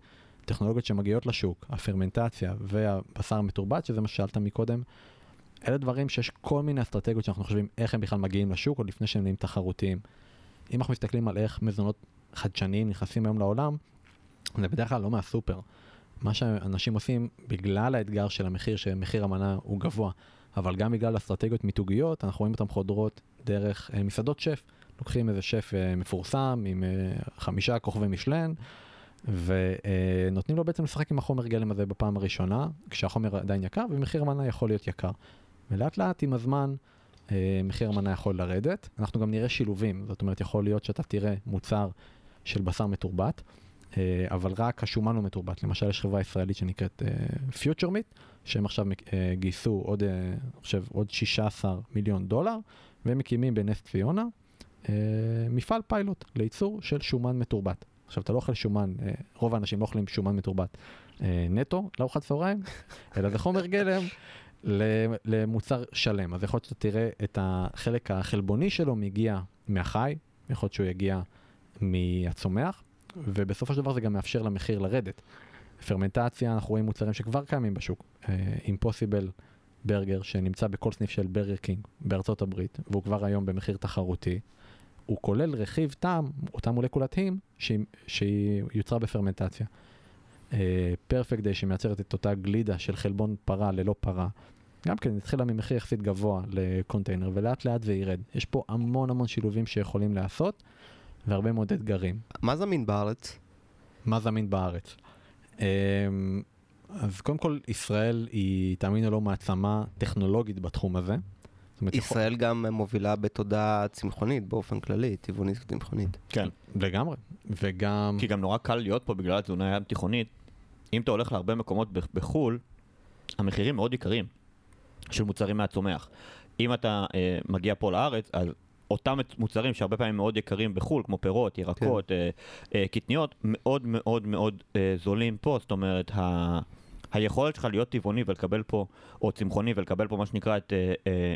Speaker 4: הטכנולוגיות שמגיעות לשוק, הפרמנטציה והבשר המתורבת, שזה מה ששאלת מקודם, אלה דברים שיש כל מיני אסטרטגיות שאנחנו חושבים איך הם בכלל מגיעים לשוק, עוד לפני שהם נהיים תחרותיים. אם אנחנו מסתכלים על איך מזונות חדשניים נכנסים היום לעולם, זה בדרך כלל לא מהסופר. מה שאנשים עושים בגלל האתגר של המחיר, שמחיר המנה הוא גבוה, אבל גם בגלל אסטרטגיות מיתוגיות, אנחנו רואים אותם חודרות דרך אה, מסעדות שף. לוקחים איזה שף אה, מפורסם עם אה, חמישה כוכבי משלן, ונותנים לו בעצם לשחק עם החומר גלם הזה בפעם הראשונה, כשהחומר עדיין יקר, ומחיר המנה יכול להיות יקר. ולאט לאט עם הזמן, אה, מחיר המנה יכול לרדת. אנחנו גם נראה שילובים, זאת אומרת, יכול להיות שאתה תראה מוצר של בשר מתורבת, אה, אבל רק השומן הוא מתורבת. למשל, יש חברה ישראלית שנקראת אה, Future Meat, שהם עכשיו אה, גייסו עוד, אה, חושב, עוד שישה עשר מיליון דולר, והם מקימים בנס ציונה, אה, מפעל פיילוט לייצור של שומן מתורבת. עכשיו, אתה לא אוכל שומן, אה, רוב האנשים לא אוכלים שומן מתורבת אה, נטו, לארוחת צהריים, אלא זה חומר גלם למוצר שלם. אז יכול להיות שאתה תראה את החלק החלבוני שלו מגיע מהחי, יכול להיות שהוא יגיע מהצומח, ובסופו של דבר זה גם מאפשר למחיר לרדת. פרמנטציה, אנחנו רואים מוצרים שכבר קיימים בשוק. אימפוסיבל ברגר, שנמצא בכל סניף של ברגר קינג בארצות הברית, והוא כבר היום במחיר תחרותי, הוא כולל רכיב טעם, אותה מולקולת הים, שהיא, שהיא יוצרה בפרמנטציה. פרפקט דיי, שמייצרת את אותה גלידה של חלבון פרה ללא פרה, גם כן התחילה ממחיר יחסית גבוה לקונטיינר, ולאט לאט זה ירד. יש פה המון המון שילובים שיכולים לעשות, והרבה מאוד אתגרים.
Speaker 2: מה זמין בארץ?
Speaker 4: מה זמין בארץ? אז קודם כל, ישראל היא, תאמין או לא, מעצמה טכנולוגית בתחום הזה.
Speaker 2: ישראל גם מובילה בתודעה צמחונית, באופן כללי, טבעונית וצמחונית.
Speaker 3: כן.
Speaker 4: לגמרי. וגם...
Speaker 3: כי גם נורא קל להיות פה בגלל התזונה הים תיכונית. אם אתה הולך להרבה מקומות בחול, המחירים מאוד יקרים של מוצרים מהצומח. אם אתה אה, מגיע פה לארץ, אז אותם מוצרים שהרבה פעמים מאוד יקרים בחול, כמו פירות, ירקות, כן. אה, אה, קטניות, מאוד מאוד מאוד אה, זולים פה. זאת אומרת, ה... היכולת שלך להיות טבעוני ולקבל פה, או צמחוני ולקבל פה מה שנקרא את, אה, אה,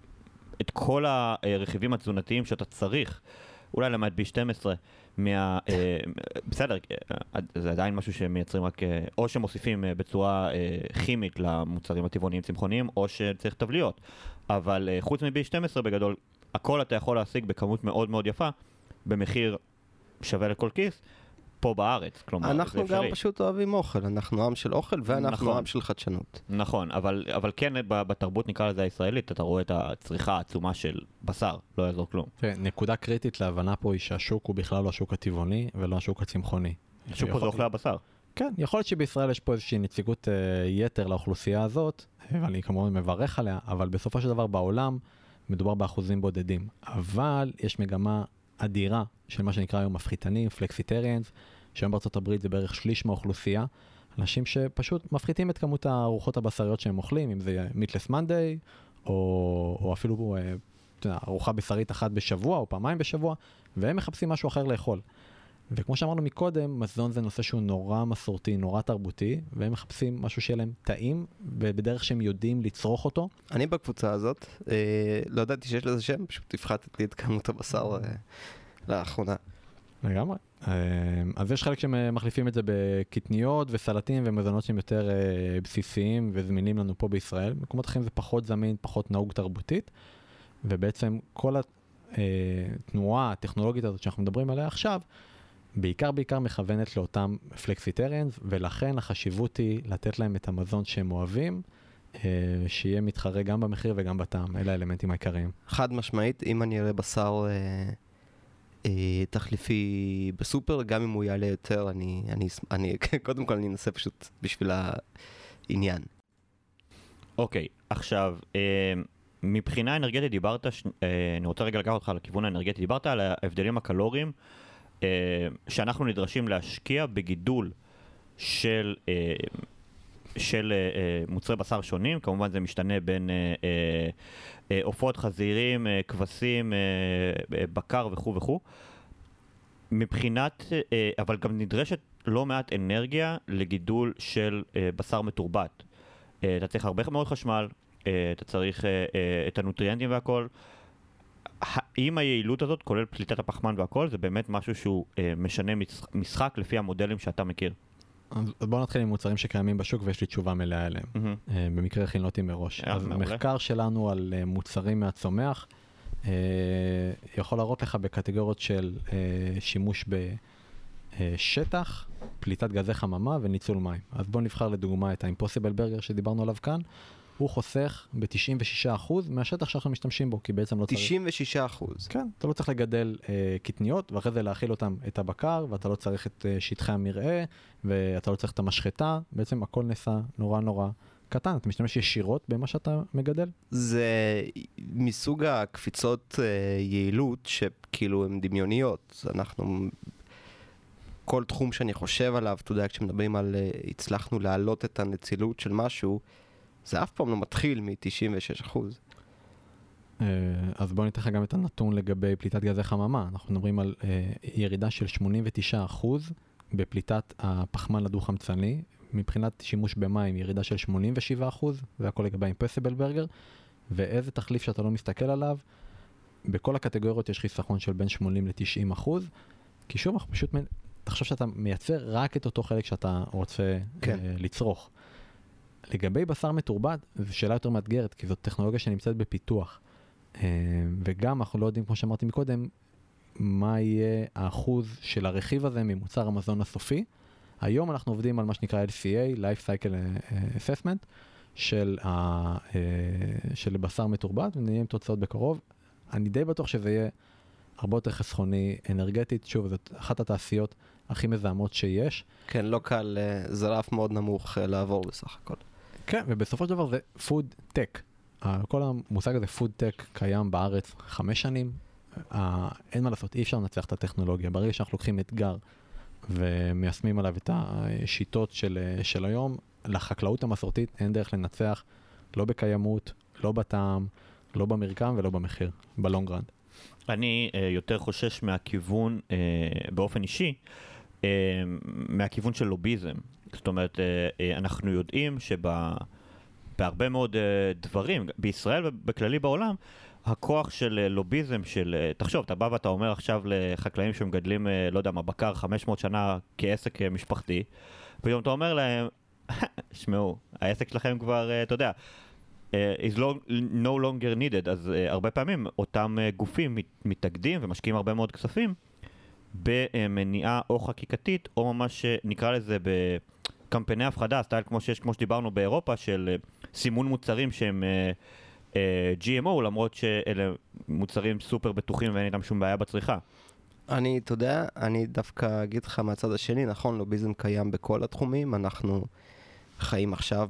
Speaker 3: את כל הרכיבים התזונתיים שאתה צריך, אולי למעט בי שתים עשרה, מה, אה, בסדר, זה עדיין משהו שמייצרים רק, אה, או שמוסיפים אה, בצורה אה, כימית למוצרים הטבעוניים צמחוניים, או שצריך תבליות. אבל אה, חוץ מ-בי שתים עשרה בגדול, הכל אתה יכול להשיג בכמות מאוד מאוד יפה, במחיר שווה לכל כיס, פה בארץ, כלומר,
Speaker 2: אנחנו גם פשוט אוהבים אוכל, אנחנו עם של אוכל ואנחנו נכון. עם של חדשנות.
Speaker 3: נכון, אבל, אבל כן בתרבות נקרא לזה הישראלית, אתה רואה את הצריכה העצומה של בשר, לא יעזור כלום.
Speaker 4: נקודה קריטית להבנה פה היא שהשוק הוא בכלל לא השוק הטבעוני ולא השוק הצמחוני.
Speaker 3: השוק פה זה אוכלי הבשר.
Speaker 4: כן, יכול להיות שבישראל יש פה איזושהי נציגות uh, יתר לאוכלוסייה הזאת, ואני כמובן מברך עליה, אבל בסופו של דבר בעולם מדובר באחוזים בודדים. אבל יש מגמה אדירה של מה שנקרא היום מפחיתנים, פלקסיטריאנס, שהיום בארצות הברית זה בערך שליש מהאוכלוסייה, אנשים שפשוט מפחיתים את כמות הארוחות הבשריות שהם אוכלים, אם זה מיטלס מנדיי, או, או אפילו uh, ארוחה בשרית אחת בשבוע, או פעמיים בשבוע, והם מחפשים משהו אחר לאכול. וכמו שאמרנו מקודם, מזון זה נושא שהוא נורא מסורתי, נורא תרבותי, והם מחפשים משהו שיהיה להם טעים, בדרך שהם יודעים לצרוך אותו.
Speaker 2: אני בקבוצה הזאת, אה, לא ידעתי שיש לזה שם, פשוט הפחתתי את כמות הבשר אה, לאחרונה.
Speaker 4: לגמרי. אה, אז יש חלק שמחליפים את זה בקטניות וסלטים ומזונות שהם יותר אה, בסיסיים וזמינים לנו פה בישראל. מקומות אחרים זה פחות זמין, פחות נהוג תרבותית, ובעצם כל התנועה הטכנולוגית הזאת שאנחנו מדברים עליה עכשיו, בעיקר בעיקר מכוונת לאותם פלקסיטריאנס, ולכן החשיבות היא לתת להם את המזון שהם אוהבים, שיהיה מתחרה גם במחיר וגם בטעם. אלה האלמנטים העיקריים.
Speaker 2: חד משמעית, אם אני אראה בשר אה, אה, תחליפי בסופר, גם אם הוא יעלה יותר, אני, אני, אני, קודם כל אני אנסה פשוט בשביל העניין.
Speaker 3: אוקיי, עכשיו, אה, מבחינה אנרגטית דיברת, ש... אה, אני רוצה רגע לקחת אותך לכיוון האנרגטי, דיברת על ההבדלים הקלוריים, שאנחנו נדרשים להשקיע בגידול של, של מוצרי בשר שונים, כמובן זה משתנה בין עופות, חזירים, כבשים, בקר וכו' וכו'. מבחינת, אבל גם נדרשת לא מעט אנרגיה לגידול של בשר מתורבת. אתה צריך הרבה מאוד חשמל, אתה צריך את הנוטריאנטים והכל, האם היעילות הזאת, כולל פליטת הפחמן והכל, זה באמת משהו שהוא אה, משנה משחק לפי המודלים שאתה מכיר?
Speaker 4: אז בואו נתחיל עם מוצרים שקיימים בשוק ויש לי תשובה מלאה אליהם.
Speaker 3: Mm-hmm.
Speaker 4: במקרה הכינותי מראש.
Speaker 3: Yeah,
Speaker 4: אז
Speaker 3: מעולה.
Speaker 4: מחקר שלנו על מוצרים מהצומח יכול להראות לך בקטגוריות של שימוש בשטח, פליטת גזי חממה וניצול מים. אז בואו נבחר לדוגמה את ה-Impossible Burger שדיברנו עליו כאן. הוא חוסך ב-תשעים ושישה אחוז מהשטח שאנחנו משתמשים בו, כי בעצם לא צריך...
Speaker 2: תשעים ושישה אחוז.
Speaker 4: כן, אתה לא צריך לגדל אה, קטניות, ואחרי זה להאכיל אותם את הבקר, ואתה לא צריך את אה, שטחי המרעה, ואתה לא צריך את המשחטה, בעצם הכל נעשה נורא נורא קטן, אתה משתמש ישירות במה שאתה מגדל.
Speaker 2: זה מסוג הקפיצות אה, יעילות שכאילו הן דמיוניות. אנחנו... כל תחום שאני חושב עליו, אתה יודע, כשמדברים על אה, הצלחנו להעלות את הנצילות של משהו, זה אף פעם לא מתחיל מ-תשעים ושש אחוז.
Speaker 4: אז בואו ניתן לך גם את הנתון לגבי פליטת גזי חממה. אנחנו מדברים על ירידה של שמונים ותשעה אחוז בפליטת הפחמן הדו-חמצני. מבחינת שימוש במים, ירידה של שמונים ושבעה אחוז, זה הכל לגבי Impossible Burger. ואיזה תחליף שאתה לא מסתכל עליו, בכל הקטגוריות יש חיסכון של בין שמונים ל-תשעים אחוז. כי שוב, אנחנו פשוט, תחשוב שאתה מייצר רק את אותו חלק שאתה רוצה כן. לצרוך. לגבי בשר מתורבת, זו שאלה יותר מאתגרת, כי זאת טכנולוגיה שנמצאת בפיתוח. וגם אנחנו לא יודעים, כמו שאמרתי מקודם, מה יהיה האחוז של הרכיב הזה ממוצר המזון הסופי. היום אנחנו עובדים על מה שנקרא אל סי איי, Life Cycle Assessment, של, ה, של בשר מתורבת, ונהיה עם תוצאות בקרוב. אני די בטוח שזה יהיה הרבה יותר חסכוני אנרגטית. שוב, זאת אחת התעשיות הכי מזהמות שיש.
Speaker 2: כן, לא קל, זה רף מאוד נמוך לעבור בסך הכל.
Speaker 4: כן, ובסופו של דבר זה food tech. כל המושג הזה food tech קיים בארץ חמש שנים. אין מה לעשות, אי אפשר לנצח את הטכנולוגיה. ברגע שאנחנו לוקחים אתגר ומיישמים עליו את השיטות של, של היום, לחקלאות המסורתית אין דרך לנצח, לא בקיימות, לא בטעם, לא במרקם ולא במחיר, בלונג רן.
Speaker 3: אני uh, יותר חושש מהכיוון, uh, באופן אישי, uh, מהכיוון של לוביזם. זאת אומרת, uh, uh, אנחנו יודעים שבהרבה מאוד uh, דברים, בישראל ובכללי בעולם, הכוח של uh, לוביזם, של, uh, תחשוב, אתה בא ואתה אומר עכשיו לחקלאים שמגדלים, uh, לא יודע מה, בקר חמש מאות שנה כעסק uh, משפחתי, פתאום אתה אומר להם, שמעו, העסק שלכם כבר, uh, אתה יודע, is no longer needed, אז uh, הרבה פעמים אותם uh, גופים מת, מתאגדים ומשקיעים הרבה מאוד כספים במניעה או חקיקתית, או ממש uh, נקרא לזה בקמפייני הפחדה, סטייל כמו שיש, כמו שדיברנו באירופה, של uh, סימון מוצרים שהם uh, uh, ג'י אם או, למרות שאלה מוצרים סופר בטוחים ואין איתם שום בעיה בצריכה.
Speaker 2: אני, אתה יודע, אני דווקא אגיד לך מהצד השני, נכון, לוביזם קיים בכל התחומים, אנחנו חיים עכשיו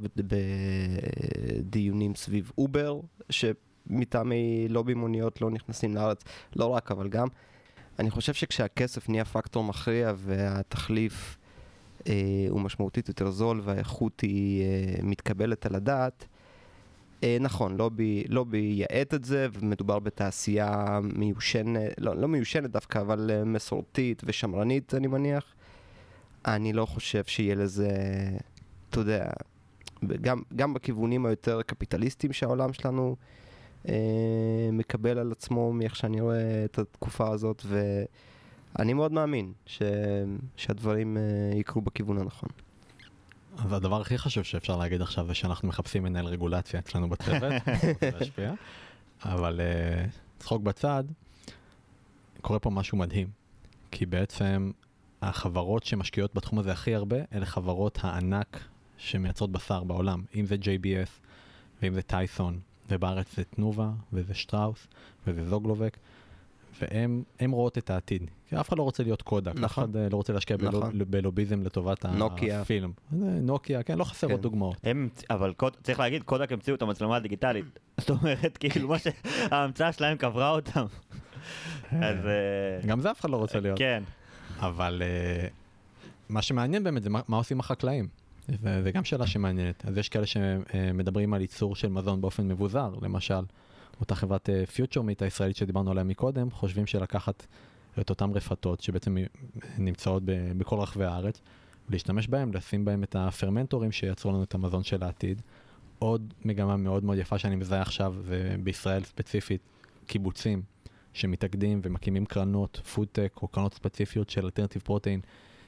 Speaker 2: בדיונים סביב אובר, שמטעמי לובי מוניות לא נכנסים לארץ, לא רק, אבל גם. אני חושב שכשהכסף נהיה פקטור מכריע והתחליף אה, הוא משמעותית יותר זול והאיכות היא אה, מתקבלת על הדעת, אה, נכון, לובי, לובי יעט את זה, ומדובר בתעשייה מיושנת, לא, לא מיושנת דווקא, אבל אה, מסורתית ושמרנית, אני מניח. אני לא חושב שיהיה לזה... אתה יודע, גם, גם בכיוונים היותר קפיטליסטיים שהעולם שלנו אה, מקבל על עצמו מאיך שאני רואה את התקופה הזאת, ואני מאוד מאמין ש, שהדברים אה, יקרו בכיוון הנכון.
Speaker 4: אז הדבר הכי חשוב שאפשר להגיד עכשיו זה שאנחנו מחפשים מנהל רגולציה אצלנו בצוות, זה להשפיע, אבל אה, צחוק בצד, קורה פה משהו מדהים, כי בעצם החברות שמשקיעות בתחום הזה הכי הרבה, אלה חברות הענק שמייצרות בשר בעולם, אם זה ג'יי בי אס, ואם זה טייסון, ובארץ זה תנובה, וזה שטראוס, וזה זוגלובק, והם הם רואות את העתיד. כי אף אחד לא רוצה להיות קודק, נכון. אף אחד לא רוצה להשקיע נכון. בלוב, בלוביזם לטובת נוקיה. הפילם. נוקיה, כן, לא חסר עוד כן. דוגמאות.
Speaker 3: הם, אבל קוד, צריך להגיד, קודק המציאו את המצלמה הדיגיטלית. זאת אומרת, כאילו, מה שההמצאה שלהם קברה אותם. אז...
Speaker 4: גם זה אף אחד לא רוצה להיות.
Speaker 3: כן.
Speaker 4: אבל uh, מה שמעניין באמת זה מה, מה עושים החקלאים. זה, זה גם שאלה שמעניינת. אז יש כאלה שמדברים על ייצור של מזון באופן מבוזר. למשל, אותה חברת פיוטרמיט הישראלית שדיברנו עליה מקודם, חושבים שלקחת את אותם רפתות שבעצם נמצאות ב, בכל רחבי הארץ, ולהשתמש בהם, לשים בהם את הפרמנטורים שיצרו לנו את המזון של העתיד. עוד מגמה מאוד מאוד יפה שאני מזהה עכשיו, ובישראל ספציפית, קיבוצים שמתאגדים ומקימים קרנות, פודטק או קרנות ספציפיות של אלטרנטיב פרוטאין,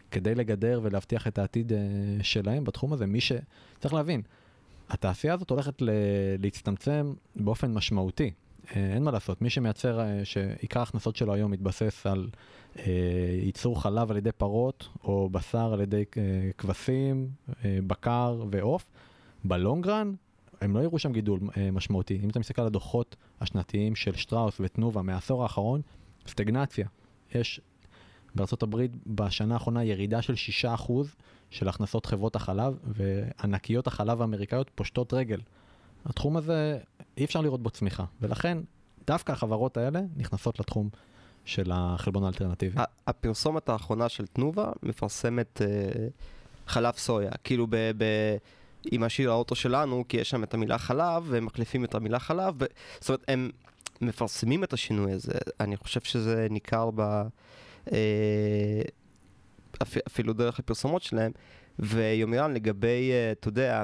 Speaker 4: כדי לגדר ולהבטיח את העתיד שלהם בתחום הזה. מי ש... צריך להבין, התעשייה הזאת הולכת ל... להצטמצם באופן משמעותי. אין מה לעשות, מי שמייצר, שעיקר ההכנסות שלו היום מתבסס על ייצור חלב על ידי פרות, או בשר על ידי כבשים, בקר ועוף, בלונגרן, הם לא יראו שם גידול משמעותי. אם אתה מסתכל על הדוחות השנתיים של שטראוס ותנובה מהעשור האחרון, סטגנציה. יש בארצות הברית בשנה האחרונה ירידה של שישה אחוז של הכנסות חברות החלב, וענקיות החלב האמריקאיות פושטות רגל. התחום הזה, אי אפשר לראות בו צמיחה, ולכן דווקא החברות האלה נכנסות לתחום של החלבון האלטרנטיבי.
Speaker 2: הפרסומת האחרונה של תנובה מפרסמת חלב סויה, כאילו ב... עם השיר האוטו שלנו, כי יש שם את המילה חלב, והם מחליפים את המילה חלב, ו... זאת אומרת, הם מפרסמים את השינוי הזה. אני חושב שזה ניכר ב... אפילו דרך הפרסומות שלהם, ויומירן לגבי, אתה יודע,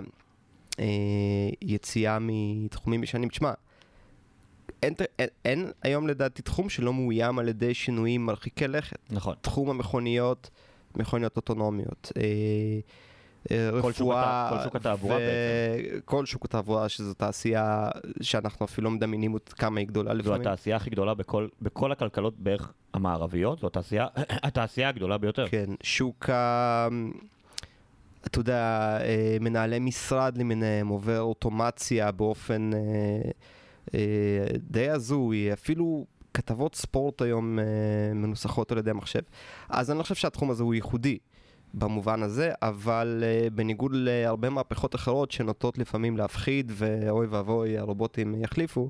Speaker 2: יציאה מתחומים משנים. תשמע, אין, אין, אין היום לדעתי תחום שלא מאוים על ידי שינויים מרחיקי לכת.
Speaker 3: נכון.
Speaker 2: תחום המכוניות, מכוניות אוטונומיות.
Speaker 3: כל שוק התעבורה בעצם.
Speaker 2: כל שוק התעבורה, שזו תעשייה שאנחנו אפילו לא מדמיינים כמה היא גדולה לפעמים.
Speaker 3: זו התעשייה הכי גדולה בכל, בכל הכלכלות בערך המערביות, זו התעשייה, התעשייה הגדולה ביותר.
Speaker 2: כן, שוק ה... אתה יודע, מנהלי משרד למיניהם, עובר אוטומציה באופן די הזוי, אפילו כתבות ספורט היום מנוסחות על ידי המחשב. אז אני לא חושב שהתחום הזה הוא ייחודי במובן הזה, אבל בניגוד להרבה מהפכות אחרות שנוטות לפעמים להפחיד, ואוי ואבוי הרובוטים יחליפו,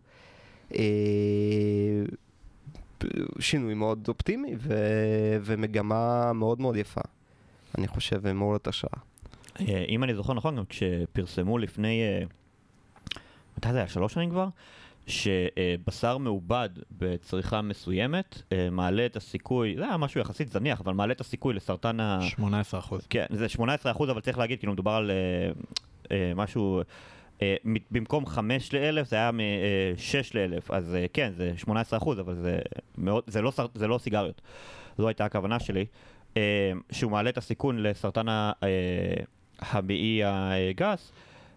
Speaker 2: שינוי מאוד אופטימי ומגמה מאוד מאוד יפה. אני חושב, ומעוררת השראה.
Speaker 3: אם אני זוכר נכון, גם כשפרסמו לפני, מתי זה היה? שלוש שנים כבר? שבשר מעובד בצריכה מסוימת מעלה את הסיכוי, זה היה משהו יחסית זניח, אבל מעלה את הסיכוי לסרטן ה...
Speaker 4: שמונה עשרה אחוז.
Speaker 3: כן, זה שמונה עשרה אחוז, אבל צריך להגיד, כאילו מדובר על משהו, במקום חמש לאלף, זה היה משש לאלף, אז כן, זה שמונה עשרה אחוז, אבל זה מאוד, זה לא, זה לא סיגריות. זו הייתה הכוונה שלי. שהוא מעלה את הסיכון לסרטן המעי הגס.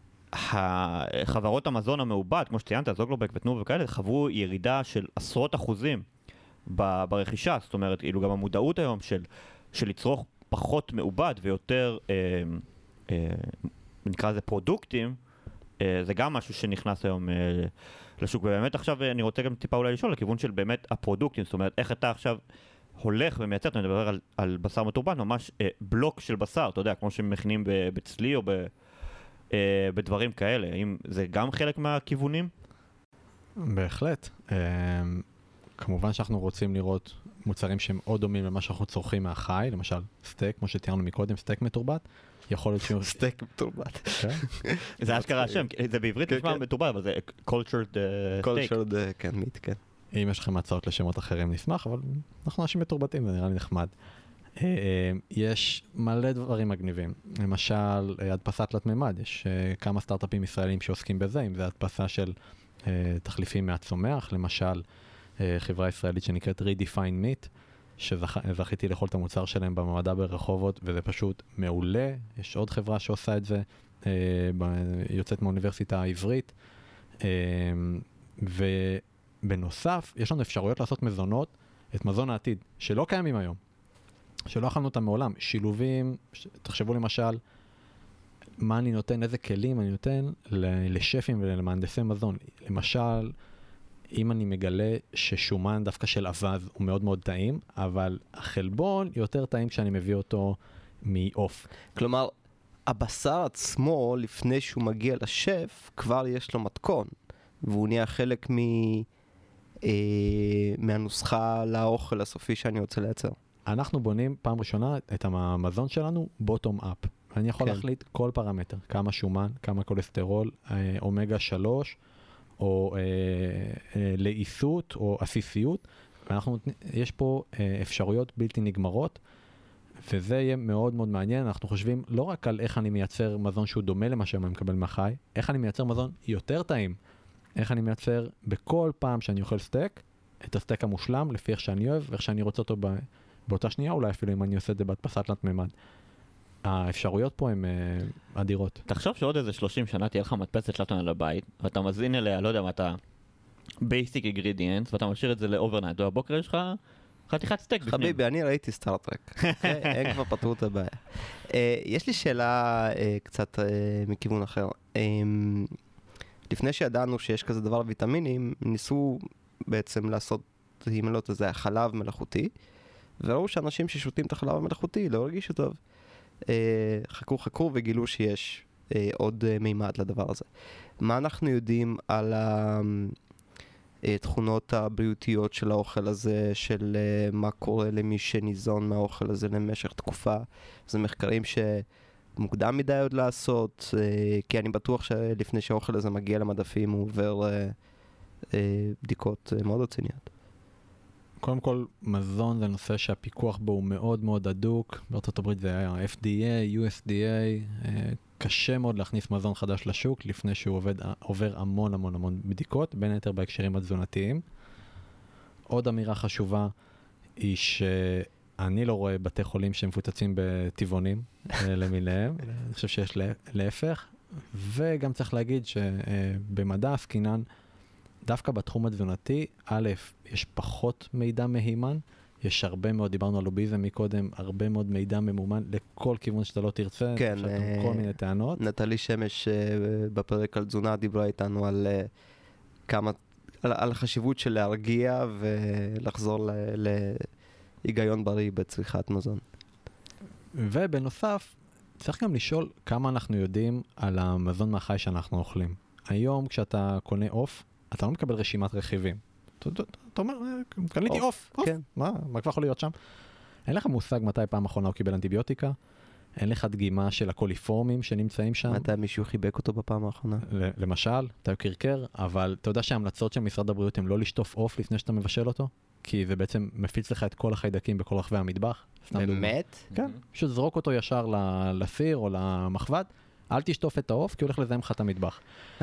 Speaker 3: חברות המזון המעובד, כמו שציינת, זוגלובק ותנובה וכאלה, חברו ירידה של עשרות אחוזים ברכישה. זאת אומרת, אילו גם המודעות היום של, של לצרוך פחות מעובד ויותר, אה, אה, נקרא לזה פרודוקטים, אה, זה גם משהו שנכנס היום אה, לשוק. ובאמת עכשיו אני רוצה גם טיפה אולי לשאול לכיוון של באמת הפרודוקטים. זאת אומרת, איך אתה עכשיו הולך ומייצר, אתה מדבר על, על בשר מטורבן, ממש אה, בלוק של בשר, אתה יודע, כמו שמכינים בצלי או ב, אה, בדברים כאלה. האם זה גם חלק מהכיוונים?
Speaker 4: בהחלט. אה, כמובן שאנחנו רוצים לראות מוצרים שהם עוד דומים למה שאנחנו צורכים מהחי, למשל סטייק, כמו שתיארנו מקודם, סטייק מטורבת. יכול להיות שהוא...
Speaker 2: סטייק מטורבת.
Speaker 3: זה אשכרה השם, זה בעברית נשמע מטורבת, אבל זה cultured steak.
Speaker 2: cultured, כן, מיט, כן.
Speaker 4: אם יש לכם הצעות לשמות אחרים נשמח, אבל אנחנו אנשים מטורבטים, זה נראה לי נחמד. יש מלא דברים מגניבים. למשל, הדפסת תלת מימד. יש כמה סטארט-אפים ישראלים שעוסקים בזה, אם זה הדפסה של תחליפים מהצומח, למשל, חברה ישראלית שנקראת Redefine Meat, שזכיתי לאכול את המוצר שלהם במעבדה ברחובות, וזה פשוט מעולה. יש עוד חברה שעושה את זה, יוצאת מהאוניברסיטה העברית, ו... בנוסף, יש לנו אפשרויות לעשות מזונות, את מזון העתיד, שלא קיימים היום, שלא אכלנו אותם מעולם. שילובים, תחשבו למשל, מה אני נותן, איזה כלים אני נותן לשפים ולמהנדסי מזון. למשל, אם אני מגלה ששומן דווקא של אבז הוא מאוד מאוד טעים, אבל החלבון יותר טעים כשאני מביא אותו מעוף.
Speaker 2: כלומר, הבשר עצמו, לפני שהוא מגיע לשף, כבר יש לו מתכון, והוא נהיה חלק מ... מהנוסחה לאוכל הסופי שאני רוצה לייצר.
Speaker 4: אנחנו בונים פעם ראשונה את המזון שלנו בוטום אפ. אני יכול להחליט כל פרמטר, כמה שומן, כמה כולסטרול, אומגה שלוש, או לאיסות או עסיסיות, ואנחנו, יש פה אפשרויות בלתי נגמרות, וזה יהיה מאוד מאוד מעניין. אנחנו חושבים לא רק על איך אני מייצר מזון שהוא דומה למה שאני מקבל מהחי, איך אני מייצר מזון יותר טעים, איך אני מייצר בכל פעם שאני אוכל סטייק, את הסטייק המושלם, לפי איך שאני אוהב, ואיך שאני רוצה אותו באותה שנייה אולי אפילו אם אני עושה את זה בהדפסת תלת מימד. האפשרויות פה הן uh, אדירות.
Speaker 3: תחשוב שעוד איזה שלושים שנה תהיה לך מדפסת תלת מימד לבית, ואתה מזין אליה, לא יודע מה אתה, basic ingredients, ואתה משאיר את זה לאוברנייט, ובבוקר יש לך חתיכת סטייק בפנים.
Speaker 2: חביבי, אני ראיתי סטארטרק. הם כבר פתרו את הבעיה. יש לי שאלה קצת מכיוון אחר. לפני שידענו שיש כזה דבר ויטמינים, ניסו בעצם לעשות, אם לא זה חלב מלאכותי, וראו שאנשים ששותים את החלב המלאכותי לא הרגישו טוב. חקרו חקרו וגילו שיש עוד מימד לדבר הזה. מה אנחנו יודעים על התכונות הבריאותיות של האוכל הזה, של מה קורה למי שניזון מהאוכל הזה למשך תקופה? זה מחקרים שמוקדם מדי עוד לעשות, כי אני בטוח שלפני שהאוכל הזה מגיע למדפים הוא עובר בדיקות מאוד רציניות.
Speaker 4: קודם כל, מזון זה נושא שהפיקוח בו הוא מאוד מאוד הדוק. בארצות הברית זה היה F D A, U S D A. קשה מאוד להכניס מזון חדש לשוק לפני שהוא עובד, עובר המון המון המון בדיקות, בין היתר בהקשרים התזונתיים. עוד אמירה חשובה היא שאני לא רואה בתי חולים שמפוצצים בטבעונים למיניהם. אני חושב שיש להפך. וגם צריך להגיד שבמדע עסקינן, דווקא בתחום התזונתי, א', יש פחות מידע מהימן, יש הרבה מאוד, דיברנו על לוביזם מקודם, הרבה מאוד מידע ממומן לכל כיוון שאתה לא תרצה,
Speaker 2: כן,
Speaker 4: אה, כל מיני טענות.
Speaker 2: נטלי שמש אה, בפרק על תזונה דיברה איתנו על אה, כמה, על, על החשיבות של להרגיע ולחזור ל, להיגיון בריא בצריכת מזון.
Speaker 4: ובנוסף, צריך גם לשאול כמה אנחנו יודעים על המזון מהחי שאנחנו אוכלים. היום כשאתה קונה עוף, אתה לא מקבל רשימת רכיבים. אתה אומר, קניתי עוף, מה כבר יכול להיות שם? אין לך מושג מתי פעם אחרונה הוא קיבל אנטיביוטיקה, אין לך דגימה של הקוליפורמים שנמצאים שם.
Speaker 2: מתי מישהו חיבק אותו בפעם האחרונה?
Speaker 4: למשל, אתה קרקר, אבל אתה יודע שההמלצות של משרד הבריאות הם לא לשטוף עוף לפני שאתה מבשל אותו? כי זה בעצם מפיץ לך את כל החיידקים בכל רחבי המטבח.
Speaker 2: באמת?
Speaker 4: כן, פשוט זרוק אותו ישר לסיר או למחבת, אל תשטוף את העוף, כי הוא הולך לזהם לך את המטבח.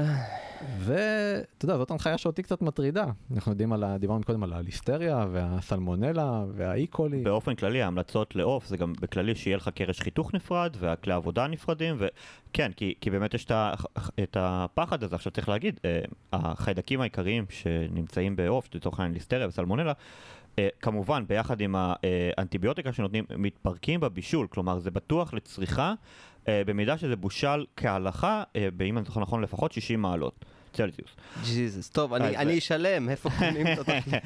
Speaker 4: ואתה יודע, זאת הנחיה שאותי קצת מטרידה. אנחנו יודעים על, דיברנו קודם על הליסטריה והסלמונלה והאיקולי.
Speaker 3: באופן כללי, ההמלצות לעוף זה גם בכללי שיהיה לך קרש חיתוך נפרד והכלי עבודה נפרדים, וכן, כי, כי באמת יש את הפחד הזה. עכשיו צריך להגיד, החיידקים העיקריים שנמצאים בעוף, לצורך העניין ליסטריה וסלמונלה, כמובן, ביחד עם האנטיביוטיקה שנותנים, מתפרקים בבישול, כלומר, זה בטוח לצריכה, במידה שזה בושל כהלכה, באם אני זוכר נכון, לפחות שישים מעלות צלזיוס.
Speaker 2: ג'יזוס, טוב, אני אשלם, איפה קונים את התחליט?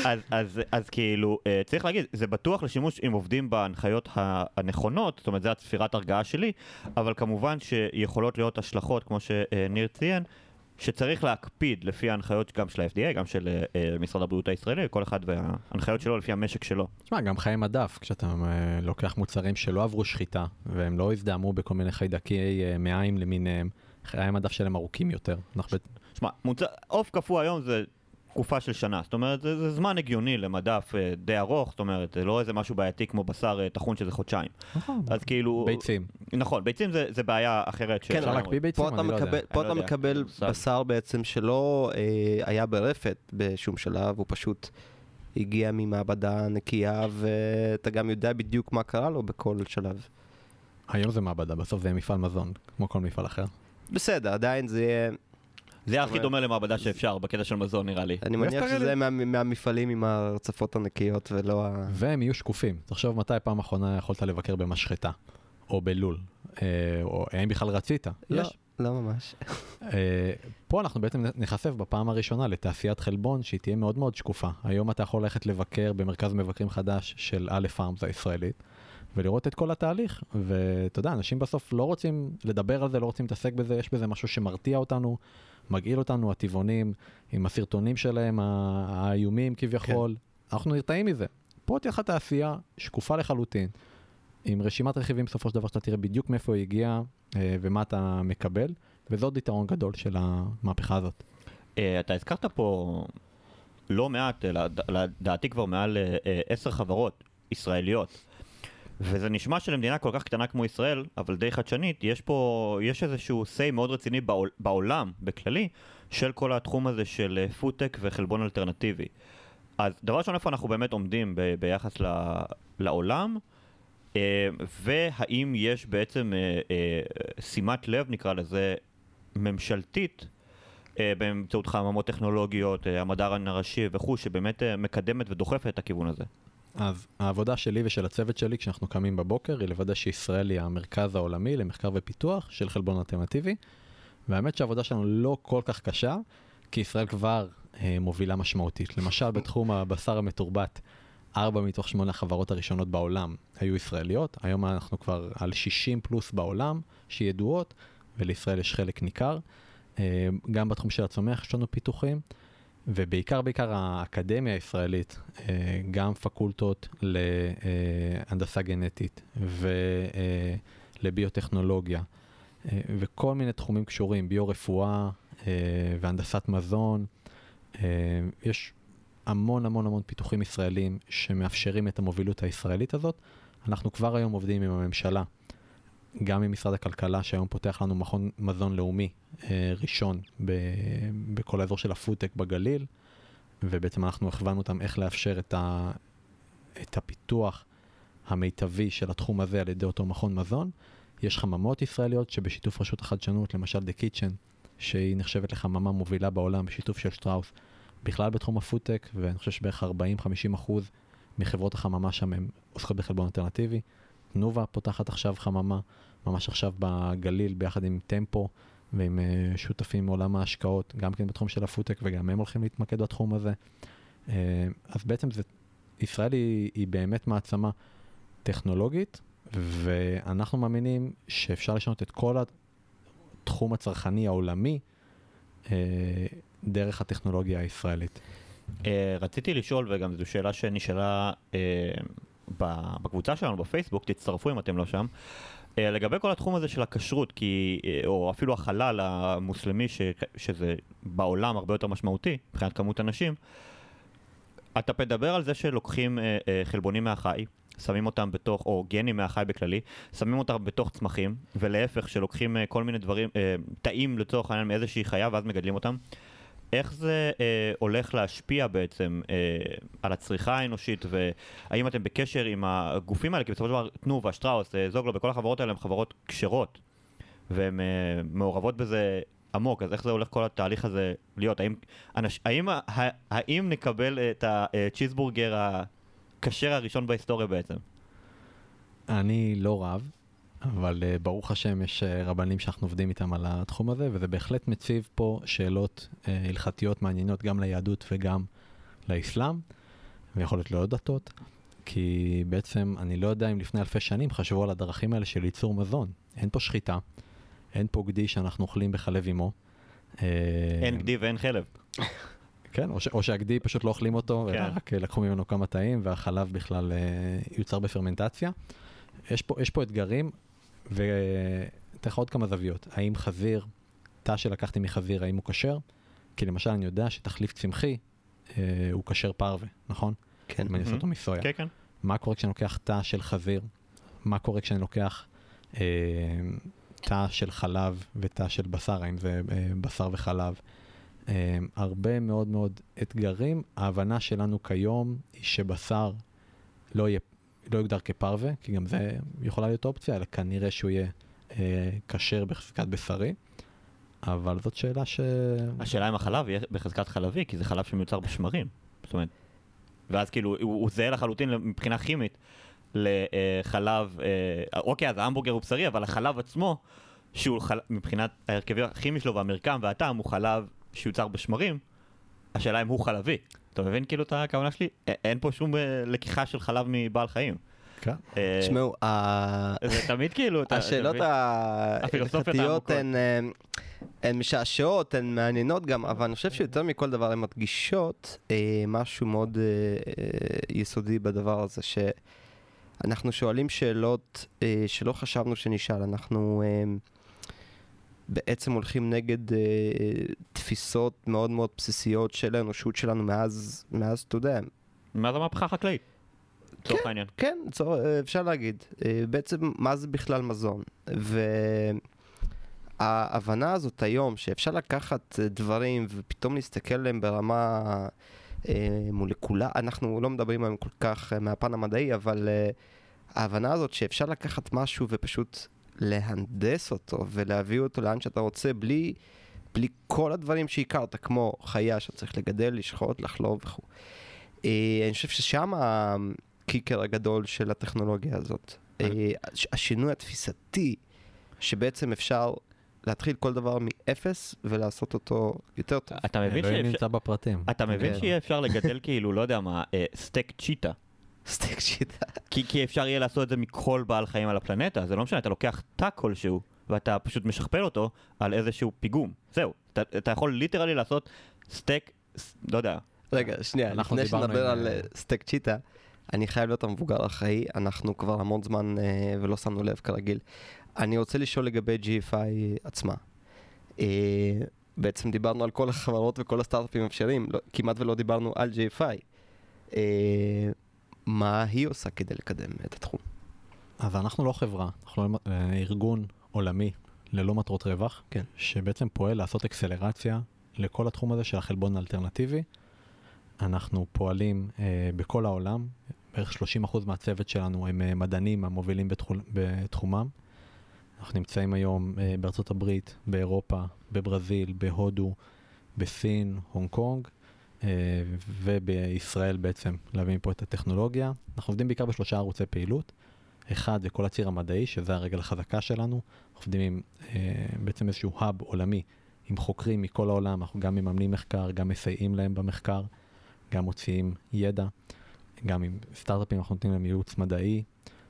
Speaker 3: אז כאילו, צריך להגיד, זה בטוח לשימוש אם עובדים בהנחיות הנכונות, זאת אומרת, זה הצפירת הרגעה שלי, אבל כמובן שיכולות להיות השלכות, כמו שניר ציין, שצריך להקפיד לפי ההנחיות גם של ה-F D A, גם של uh, משרד הבריאות הישראלי, כל אחד וההנחיות שלו לפי המשק שלו.
Speaker 4: תשמע, גם חיי מדף, כשאתה uh, לוקח מוצרים שלא עברו שחיטה, והם לא הזדהמו בכל מיני חיידקי uh, מעיים למיניהם, חיי מדף שלהם ארוכים יותר.
Speaker 3: תשמע, מוצר, עוף קפוא היום זה תקופה של שנה, זאת אומרת, זה, זה זמן הגיוני למדף uh, די ארוך, זאת אומרת, זה לא איזה משהו בעייתי כמו בשר uh, תחון שזה חודשיים.
Speaker 4: נכון.
Speaker 3: אז כאילו...
Speaker 4: ביצים.
Speaker 3: נכון, ביצים זה, זה בעיה אחרת.
Speaker 2: כן,
Speaker 4: אפשר להקפיא ביצים, אני לא יודע.
Speaker 2: פה אתה מקבל בשר בעצם שלא אה, היה ברפת בשום שלב, הוא פשוט הגיע ממעבדה נקייה, ואתה גם יודע בדיוק מה קרה לו בכל שלב.
Speaker 4: היום זה מעבדה, בסוף זה מפעל מזון, כמו כל מפעל אחר.
Speaker 2: בסדר, עדיין זה יהיה...
Speaker 3: זה הכי דומה למעבדה שאפשר, בקטע של מזון נראה לי.
Speaker 2: אני מניח שזה מהמפעלים עם הרצפות הנקיות ולא ה...
Speaker 4: והם יהיו שקופים. תחשוב מתי פעם אחרונה יכולת לבקר במשחטה, או בלול, או האם בכלל רצית?
Speaker 2: לא, לא ממש.
Speaker 4: פה אנחנו בעצם נחשף בפעם הראשונה לתעשיית חלבון, שהיא תהיה מאוד מאוד שקופה. היום אתה יכול ללכת לבקר במרכז מבקרים חדש של א' פארמס הישראלית, ולראות את כל התהליך, ואתה יודע, אנשים בסוף לא רוצים לדבר על זה, לא רוצים להתעסק בזה, יש בזה משהו שמרתיע אותנו, מגעיל אותנו, הטבעונים, עם הסרטונים שלהם, האיומים כביכול, כן. אנחנו נרתעים מזה. פה תהיה לך תעשייה שקופה לחלוטין, עם רשימת רכיבים בסופו של דבר שאתה תראה בדיוק מאיפה היא הגיעה, ומה אתה מקבל, וזה עוד יתרון גדול של המהפכה הזאת.
Speaker 3: אתה הזכרת פה לא מעט, לדעתי כבר מעל עשר חברות ישראליות, וזה נשמע שלמדינה כל כך קטנה כמו ישראל, אבל די חדשנית, יש פה, יש איזשהו סי מאוד רציני בעול, בעולם, בכללי, של כל התחום הזה של פודטק וחלבון אלטרנטיבי. אז דבר ראשון, איפה אנחנו באמת עומדים ב, ביחס ל, לעולם, והאם יש בעצם שימת לב, נקרא לזה, ממשלתית, באמצעות חממות טכנולוגיות, המדען הראשי וכו', שבאמת מקדמת ודוחפת את הכיוון הזה.
Speaker 4: אז העבודה שלי ושל הצוות שלי כשאנחנו קמים בבוקר היא לוודא שישראל היא המרכז העולמי למחקר ופיתוח של חלבון אלטרנטיבי, והאמת שהעבודה שלנו לא כל כך קשה, כי ישראל כבר אה, מובילה משמעותית. למשל בתחום הבשר המתורבת, ארבע מתוך שמונה החברות הראשונות בעולם היו ישראליות, היום אנחנו כבר על שישים פלוס בעולם שידועות, ולישראל יש חלק ניכר. אה, גם בתחום של הצומח יש לנו פיתוחים, ובעיקר בעיקר האקדמיה הישראלית, גם פקולטות להנדסה גנטית ולביוטכנולוגיה, וכל מיני תחומים קשורים, ביו-רפואה והנדסת מזון. יש המון המון המון פיתוחים ישראלים שמאפשרים את המובילות הישראלית הזאת. אנחנו כבר היום עובדים עם הממשלה, גם עם משרד הכלכלה, שהיום פותח לנו מכון מזון לאומי אה, ראשון ב- בכל האזור של הפודטק בגליל, ובעצם אנחנו הכוונו אותם איך לאפשר את, ה- את הפיתוח המיטבי של התחום הזה על ידי אותו מכון מזון. יש חממות ישראליות שבשיתוף רשות החדשנות, למשל The Kitchen, שהיא נחשבת לחממה מובילה בעולם בשיתוף של שטראוס, בכלל בתחום הפודטק, ואני חושב שבערך ארבעים עד חמישים אחוז מחברות החממה שם הם עוסקות בחלבון אלטרנטיבי. תנובה פותחת עכשיו חממה, ממש עכשיו בגליל, ביחד עם טמפו, ועם uh, שותפים מעולם ההשקעות, גם כן בתחום של הפודטק, וגם הם הולכים להתמקד בתחום הזה. Uh, אז בעצם זה, ישראל היא, היא באמת מעצמה טכנולוגית, ואנחנו מאמינים שאפשר לשנות את כל התחום הצרכני העולמי, uh, דרך הטכנולוגיה הישראלית.
Speaker 3: Uh, רציתי לשאול, וגם זו שאלה שנשאלה uh, בקבוצה שלנו בפייסבוק, תצטרפו אם אתם לא שם, uh, לגבי כל התחום הזה של הכשרות, כי, uh, או אפילו החלל המוסלמי, ש, שזה בעולם הרבה יותר משמעותי, מבחינת כמות אנשים, אתה מדבר על זה שלוקחים uh, uh, חלבונים מהחי, שמים אותם בתוך, או גנים מהחי בכללי, שמים אותם בתוך צמחים, ולהפך שלוקחים uh, כל מיני דברים, uh, תאים לצורך העניין מאיזושהי חיה, ואז מגדלים אותם. איך זה אה, הולך להשפיע בעצם אה, על הצריכה האנושית, והאם אתם בקשר עם הגופים האלה, כי בסופו של דבר תנובה, שטראוס, אה, זוגלו, בכל החברות האלה הן חברות קשרות, והן אה, מעורבות בזה עמוק, אז איך זה הולך כל התהליך הזה להיות? האם, אנש, האם, האם נקבל את הצ'יזבורגר הקשר הראשון בהיסטוריה בעצם?
Speaker 4: אני לא רב. אבל uh, ברוך השם יש uh, רבנים שאנחנו עובדים איתם על התחום הזה, וזה בהחלט מציב פה שאלות uh, הלכתיות מעניינות גם ליהדות וגם לאסלאם, ויכול להיות לעוד דתות, כי בעצם אני לא יודע אם לפני אלפי שנים חשבו על הדרכים האלה של ייצור מזון. אין פה שחיטה, אין פה גדי שאנחנו אוכלים בחלב אימו.
Speaker 3: אין גדי ואין חלב.
Speaker 4: כן, או, ש- או שהגדי פשוט לא אוכלים אותו, כן. רק לקחו ממנו כמה תאים, והחלב בכלל uh, יוצר בפרמנטציה. יש פה, יש פה אתגרים, ותלך עוד כמה זוויות. האם חזיר, תא שלקחתי מחזיר, האם הוא קשר? כי למשל אני יודע שתחליף צמחי אה, הוא קשר פרווה, נכון?
Speaker 2: כן.
Speaker 4: אם אני עושה אותו מסויה.
Speaker 3: כן, כן.
Speaker 4: מה קורה כשאני לוקח תא של חזיר? מה קורה כשאני לוקח אה, תא של חלב ותא של בשר? האם זה אה, בשר וחלב? אה, הרבה מאוד מאוד אתגרים. ההבנה שלנו כיום היא שבשר לא יהיה לא יוגדר כפרווה, כי גם זה יכולה להיות אופציה, אלא כנראה שהוא יהיה אה, קשר בחזקת בשרי, אבל זאת שאלה ש...
Speaker 3: השאלה אם החלב יהיה בחזקת חלבי, כי זה חלב שמיוצר בשמרים, זאת אומרת, ואז כאילו הוא, הוא זהה לחלוטין מבחינה כימית לחלב, אה, אוקיי, אז ההמבורגר הוא בשרי, אבל החלב עצמו, שהוא חל... מבחינת ההרכבי הכימי שלו והמרקם והטעם, הוא חלב שיוצר בשמרים, השאלה אם הוא חלבי. אתה מבין כאילו את הכוונה שלי? אין פה שום לקיחה של חלב מבעל חיים.
Speaker 4: כן.
Speaker 2: תשמעו,
Speaker 3: זה תמיד כאילו...
Speaker 2: השאלות ההלכתיות הן משעשעות, הן מעניינות גם, אבל אני חושב שיותר מכל דבר הן מדגישות משהו מאוד יסודי בדבר הזה, שאנחנו שואלים שאלות שלא חשבנו שנשאל, אנחנו... בעצם הולכים נגד אה, תפיסות מאוד מאוד בסיסיות של האנושות שלנו מאז, מאז, אתה יודע.
Speaker 3: מאז המהפכה החקלאית, לצורך העניין.
Speaker 2: כן, צור, אפשר להגיד. אה, בעצם מה זה בכלל מזון. וההבנה הזאת היום, שאפשר לקחת דברים ופתאום להסתכל עליהם ברמה מולקולה, אנחנו לא מדברים עליהם כל כך מהפן המדעי, אבל ההבנה הזאת שאפשר לקחת משהו ופשוט להנדס אותו ולהביא אותו לאן שאתה רוצה בלי, בלי כל הדברים שהכרת, כמו חיה שצריך לגדל, לשחוט, לחלוב וכו'. אני חושב ששם הקיקר הגדול של הטכנולוגיה הזאת. השינוי התפיסתי שבעצם אפשר להתחיל כל דבר מאפס ולעשות אותו יותר טוב.
Speaker 3: אתה מבין
Speaker 4: שאפשר... נמצא בפרטים.
Speaker 3: אתה מבין שיהיה אפשר לגדל כאילו, לא יודע מה, סטייק צ'יטה.
Speaker 2: סטייק צ'יטה.
Speaker 3: כי, כי אפשר יהיה לעשות את זה מכל בעל חיים על הפלנטה, זה לא משנה, אתה לוקח תק כלשהו, ואתה פשוט משכפל אותו על איזשהו פיגום. זהו, אתה, אתה יכול ליטרלי לעשות סטייק, לא יודע.
Speaker 2: רגע, שנייה, לפני שנדבר על סטייק צ'יטה, אני חייב להיות המבוגר אחראי, אנחנו כבר המון זמן ולא שמנו לב כרגיל. אני רוצה לשאול לגבי ג'י אף איי עצמה. בעצם דיברנו על כל החברות וכל הסטארט-אפים אפשריים, כמעט ולא דיברנו על ג'י אף איי. מה היא עושה כדי לקדם את התחום?
Speaker 4: אז אנחנו לא חברה, אנחנו ארגון עולמי ללא מטרות רווח,
Speaker 2: כן.
Speaker 4: שבעצם פועל לעשות אקסלרציה לכל התחום הזה של החלבון האלטרנטיבי. אנחנו פועלים אה, בכל העולם, בערך שלושים אחוז מהצוות שלנו הם אה, מדענים המובילים בתחול, בתחומם. אנחנו נמצאים היום אה, בארצות הברית, באירופה, בברזיל, בהודו, בסין, הונג קונג, אה, ובישראל בעצם להביא פה את הטכנולוגיה. אנחנו עובדים בעיקר בשלושה ערוצי פעילות. אחד זה כל הציר המדעי, שזה הרגל החזקה שלנו. אנחנו עובדים עם אה, בעצם איזשהו האב עולמי, עם חוקרים מכל העולם. אנחנו גם מממנים מחקר, גם מסייעים להם במחקר, גם מוציאים ידע, גם עם סטארט-אפים אנחנו נותנים להם ייעוץ מדעי.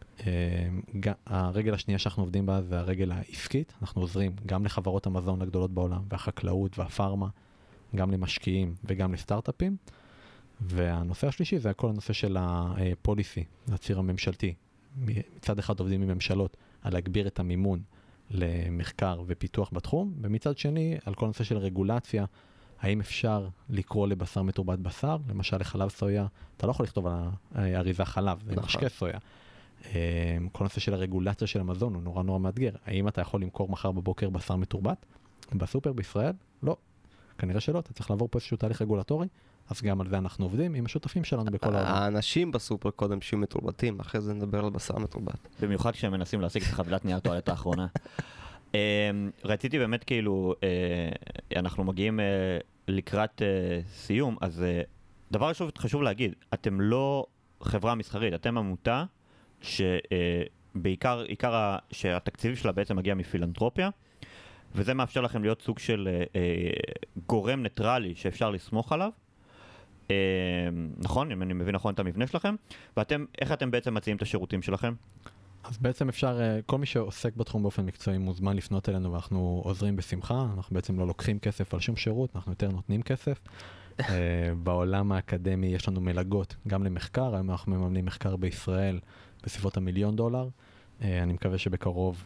Speaker 4: גם, הרגל השנייה שאנחנו עובדים בה זה הרגל העסקית. אנחנו עוזרים גם לחברות המזון הגדולות בעולם, והחקלאות והפארמה, גם למשקיעים וגם לסטארט-אפים. והנושא השלישי זה כל הנושא של הפוליסי, הציר הממשלתי. מצד אחד עובדים עם ממשלות על להגביר את המימון למחקר ופיתוח בתחום, ומצד שני על כל הנושא של רגולציה, האם אפשר לקרוא לבשר מתורבת בשר, למשל לחלב סויה, אתה לא יכול לכתוב על האריזה חלב, זה משקה סויה. כל נושא של הרגולציה של המזון הוא נורא נורא מאתגר. האם אתה יכול למכור מחר בבוקר בשר מתורבת? בסופר בישראל? לא. כנראה שלא, אתה צריך לעבור פה איזשהו תהליך רגולטורי, אז גם על זה אנחנו עובדים עם השותפים שלנו בכל העולם.
Speaker 2: האנשים בסופר קודם שיהיו מתורבתים, אחרי זה נדבר על בשר מתורבת.
Speaker 3: במיוחד כשהם מנסים להשיג את חבילת נייר טואלט האחרונה. רציתי באמת כאילו, אנחנו מגיעים לקראת סיום, אז דבר ראשון חשוב להגיד, אתם לא חברה מסחרית, אתם עמותה שבעיקר, עיקר שהתקציב שלה בעצם מגיע מפילנטרופיה, וזה מאפשר לכם להיות סוג של גורם ניטרלי שאפשר לסמוך עליו. נכון, אם אני מבין נכון את המבנה שלכם, ואתם, איך אתם בעצם מציעים את השירותים שלכם?
Speaker 4: אז בעצם אפשר, כל מי שעוסק בתחום באופן מקצועי מוזמן לפנות אלינו ואנחנו עוזרים בשמחה, אנחנו בעצם לא לוקחים כסף על שום שירות, אנחנו יותר נותנים כסף. בעולם האקדמי יש לנו מלגות גם למחקר, היום אנחנו מממנים מחקר בישראל בסביבות המיליון דולר, אני מקווה שבקרוב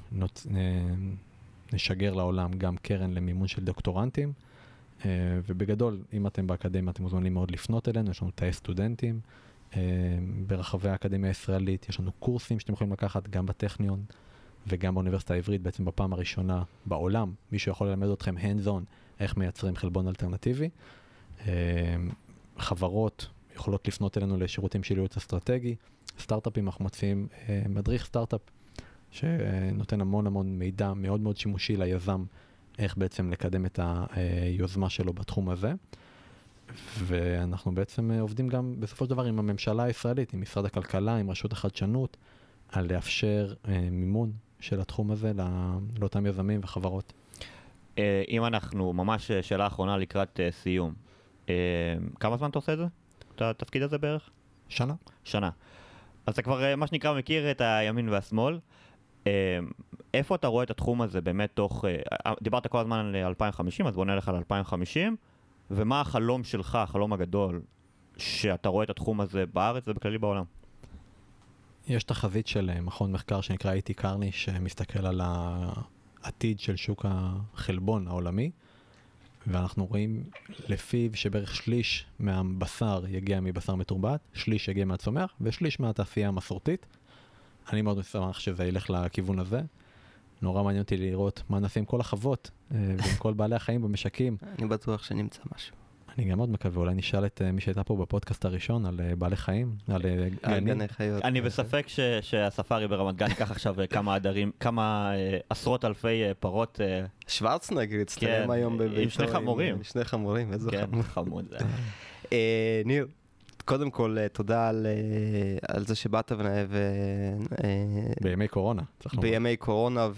Speaker 4: נשגר לעולם גם קרן למימון של דוקטורנטים, ובגדול, אם אתם באקדמיה, אתם מוזמנים מאוד לפנות אלינו, יש לנו תאי סטודנטים, ברחבי האקדמיה הישראלית, יש לנו קורסים שאתם יכולים לקחת גם בטכניון וגם באוניברסיטה העברית, בעצם בפעם הראשונה בעולם, מישהו יכול ללמד אתכם hands on, איך מייצרים חלבון אלטרנטיבי. חברות יכולות לפנות אלינו לשירותים של ייעוץ אסטרטגי, סטארט-אפים, אנחנו מציעים מדריך סטארט-אפ, שנותן המון המון מידע מאוד מאוד שימושי ליזם, איך בעצם לקדם את היוזמה שלו בתחום הזה. ואנחנו בעצם עובדים גם בסופו של דבר עם הממשלה הישראלית, עם משרד הכלכלה, עם רשות החדשנות, על לאפשר מימון של התחום הזה לאותם יזמים וחברות.
Speaker 3: אם אנחנו, ממש שאלה אחרונה לקראת סיום, כמה זמן אתה עושה את זה? את התפקיד הזה בערך?
Speaker 4: שנה.
Speaker 3: שנה. אז אתה כבר, מה שנקרא, מכיר את הימין והשמאל. איפה אתה רואה את התחום הזה באמת תוך, דיברת כל הזמן על אלפיים וחמישים, אז בוא נלך על אלפיים וחמישים, ומה החלום שלך, החלום הגדול, שאתה רואה את התחום הזה בארץ ובכללי בעולם?
Speaker 4: יש תחזית של מכון מחקר שנקרא איי טי קרני, שמסתכל על העתיד של שוק החלבון העולמי, ואנחנו רואים לפיו שבערך שליש מהבשר יגיע מבשר מתורבת, שליש יגיע מהצומח, ושליש מהתעשייה המסורתית. אני מאוד משמח שזה ילך לכיוון הזה. נורא מעניין אותי לראות מה נעשה עם כל החוות, ועם כל בעלי החיים במשקים.
Speaker 2: אני בטוח שנמצא משהו.
Speaker 4: אני גם מאוד מקווה, אולי נשאל את מי שהייתה פה בפודקאסט הראשון על בעלי חיים, על גני חיות.
Speaker 3: אני בספק שהספארי ברמת גן ייקח עכשיו כמה עדרים, כמה עשרות אלפי פרות.
Speaker 2: שוורצנגר הצטלם היום בביתו.
Speaker 3: עם שני חמורים.
Speaker 2: שני חמורים, איזה חמור.
Speaker 3: חמוד זה.
Speaker 2: ניר, קודם כל תודה על זה שבאת ונאהב.
Speaker 4: בימי קורונה.
Speaker 2: בימי קורונה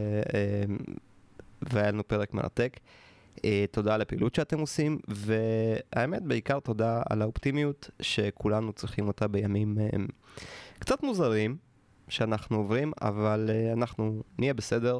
Speaker 2: והיה לנו פרק מרתק. תודה על הפעילות שאתם עושים, והאמת בעיקר תודה על האופטימיות שכולנו צריכים אותה בימים קצת מוזרים שאנחנו עוברים, אבל אנחנו נהיה בסדר.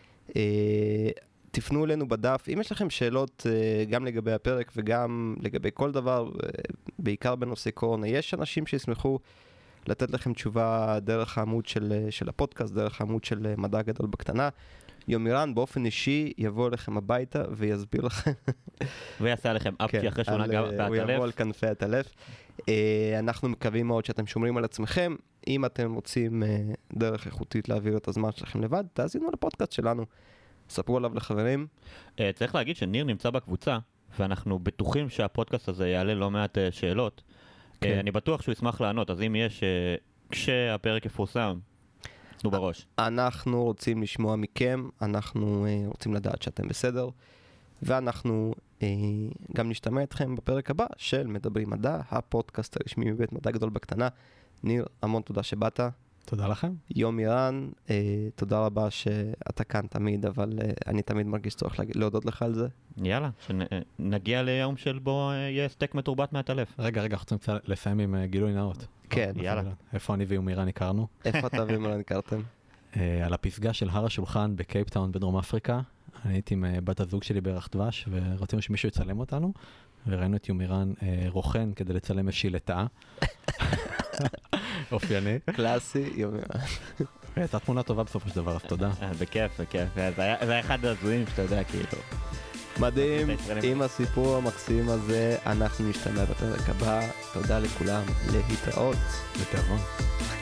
Speaker 2: תפנו אלינו בדף, אם יש לכם שאלות גם לגבי הפרק וגם לגבי כל דבר, בעיקר בנושא קורונה, יש אנשים שישמחו לתת לכם תשובה דרך העמוד של, של הפודקאסט, דרך העמוד של מדע גדול בקטנה. יומירן באופן אישי יבוא לכם הביתה ויסביר לכם.
Speaker 3: ויעשה עליכם אפצ'י אחרי שהוא נגע בעטלף.
Speaker 2: הוא יבוא על כנפי עטלף. אנחנו מקווים מאוד שאתם שומרים על עצמכם. אם אתם רוצים דרך איכותית להעביר את הזמן שלכם לבד, תאזינו לפודקאסט שלנו. ספרו עליו לחברים.
Speaker 3: צריך להגיד שניר נמצא בקבוצה, ואנחנו בטוחים שהפודקאסט הזה יעלה לא מעט שאלות. אני בטוח שהוא ישמח לענות, אז אם יש, כשהפרק יפורסם, תנו בראש.
Speaker 2: אנחנו רוצים לשמוע מכם, אנחנו רוצים לדעת שאתם בסדר, ואנחנו גם נשתמע אתכם בפרק הבא של מדברים מדע, הפודקאסט הרשמי מבית מדע גדול בקטנה. ניר, המון תודה שבאת.
Speaker 4: תודה לכם.
Speaker 2: יומירן, תודה רבה שאתה כאן תמיד, אבל אני תמיד מרגיש צורך להודות לך על זה.
Speaker 3: יאללה, שנגיע ליום של בו יהיה סטייק מתורבת מהטלף.
Speaker 4: רגע, רגע, אנחנו צריכים לסיים עם גילוי נאות.
Speaker 2: כן,
Speaker 3: יאללה.
Speaker 4: איפה אני ויומירן הכרנו?
Speaker 2: איפה אתה ויומירן הכרתם?
Speaker 4: על הפסגה של הר השולחן בקייפטאון בדרום אפריקה. אני הייתי עם בת הזוג שלי בערך דבש, ורצינו שמישהו יצלם אותנו, וראינו את יומירן רוכן כדי לצלם איזושהי לטאה. אופייני.
Speaker 2: קלאסי, יומירן.
Speaker 4: הייתה תמונה טובה בסופו של דבר, אז תודה.
Speaker 3: בכיף, בכיף. זה היה אחד הזויים שאתה יודע, כאילו.
Speaker 2: מדהים, עם הסיפור המקסים הזה, אנחנו נשתמע בפרק הבא. תודה לכולם, להתראות.
Speaker 4: בתיאבון.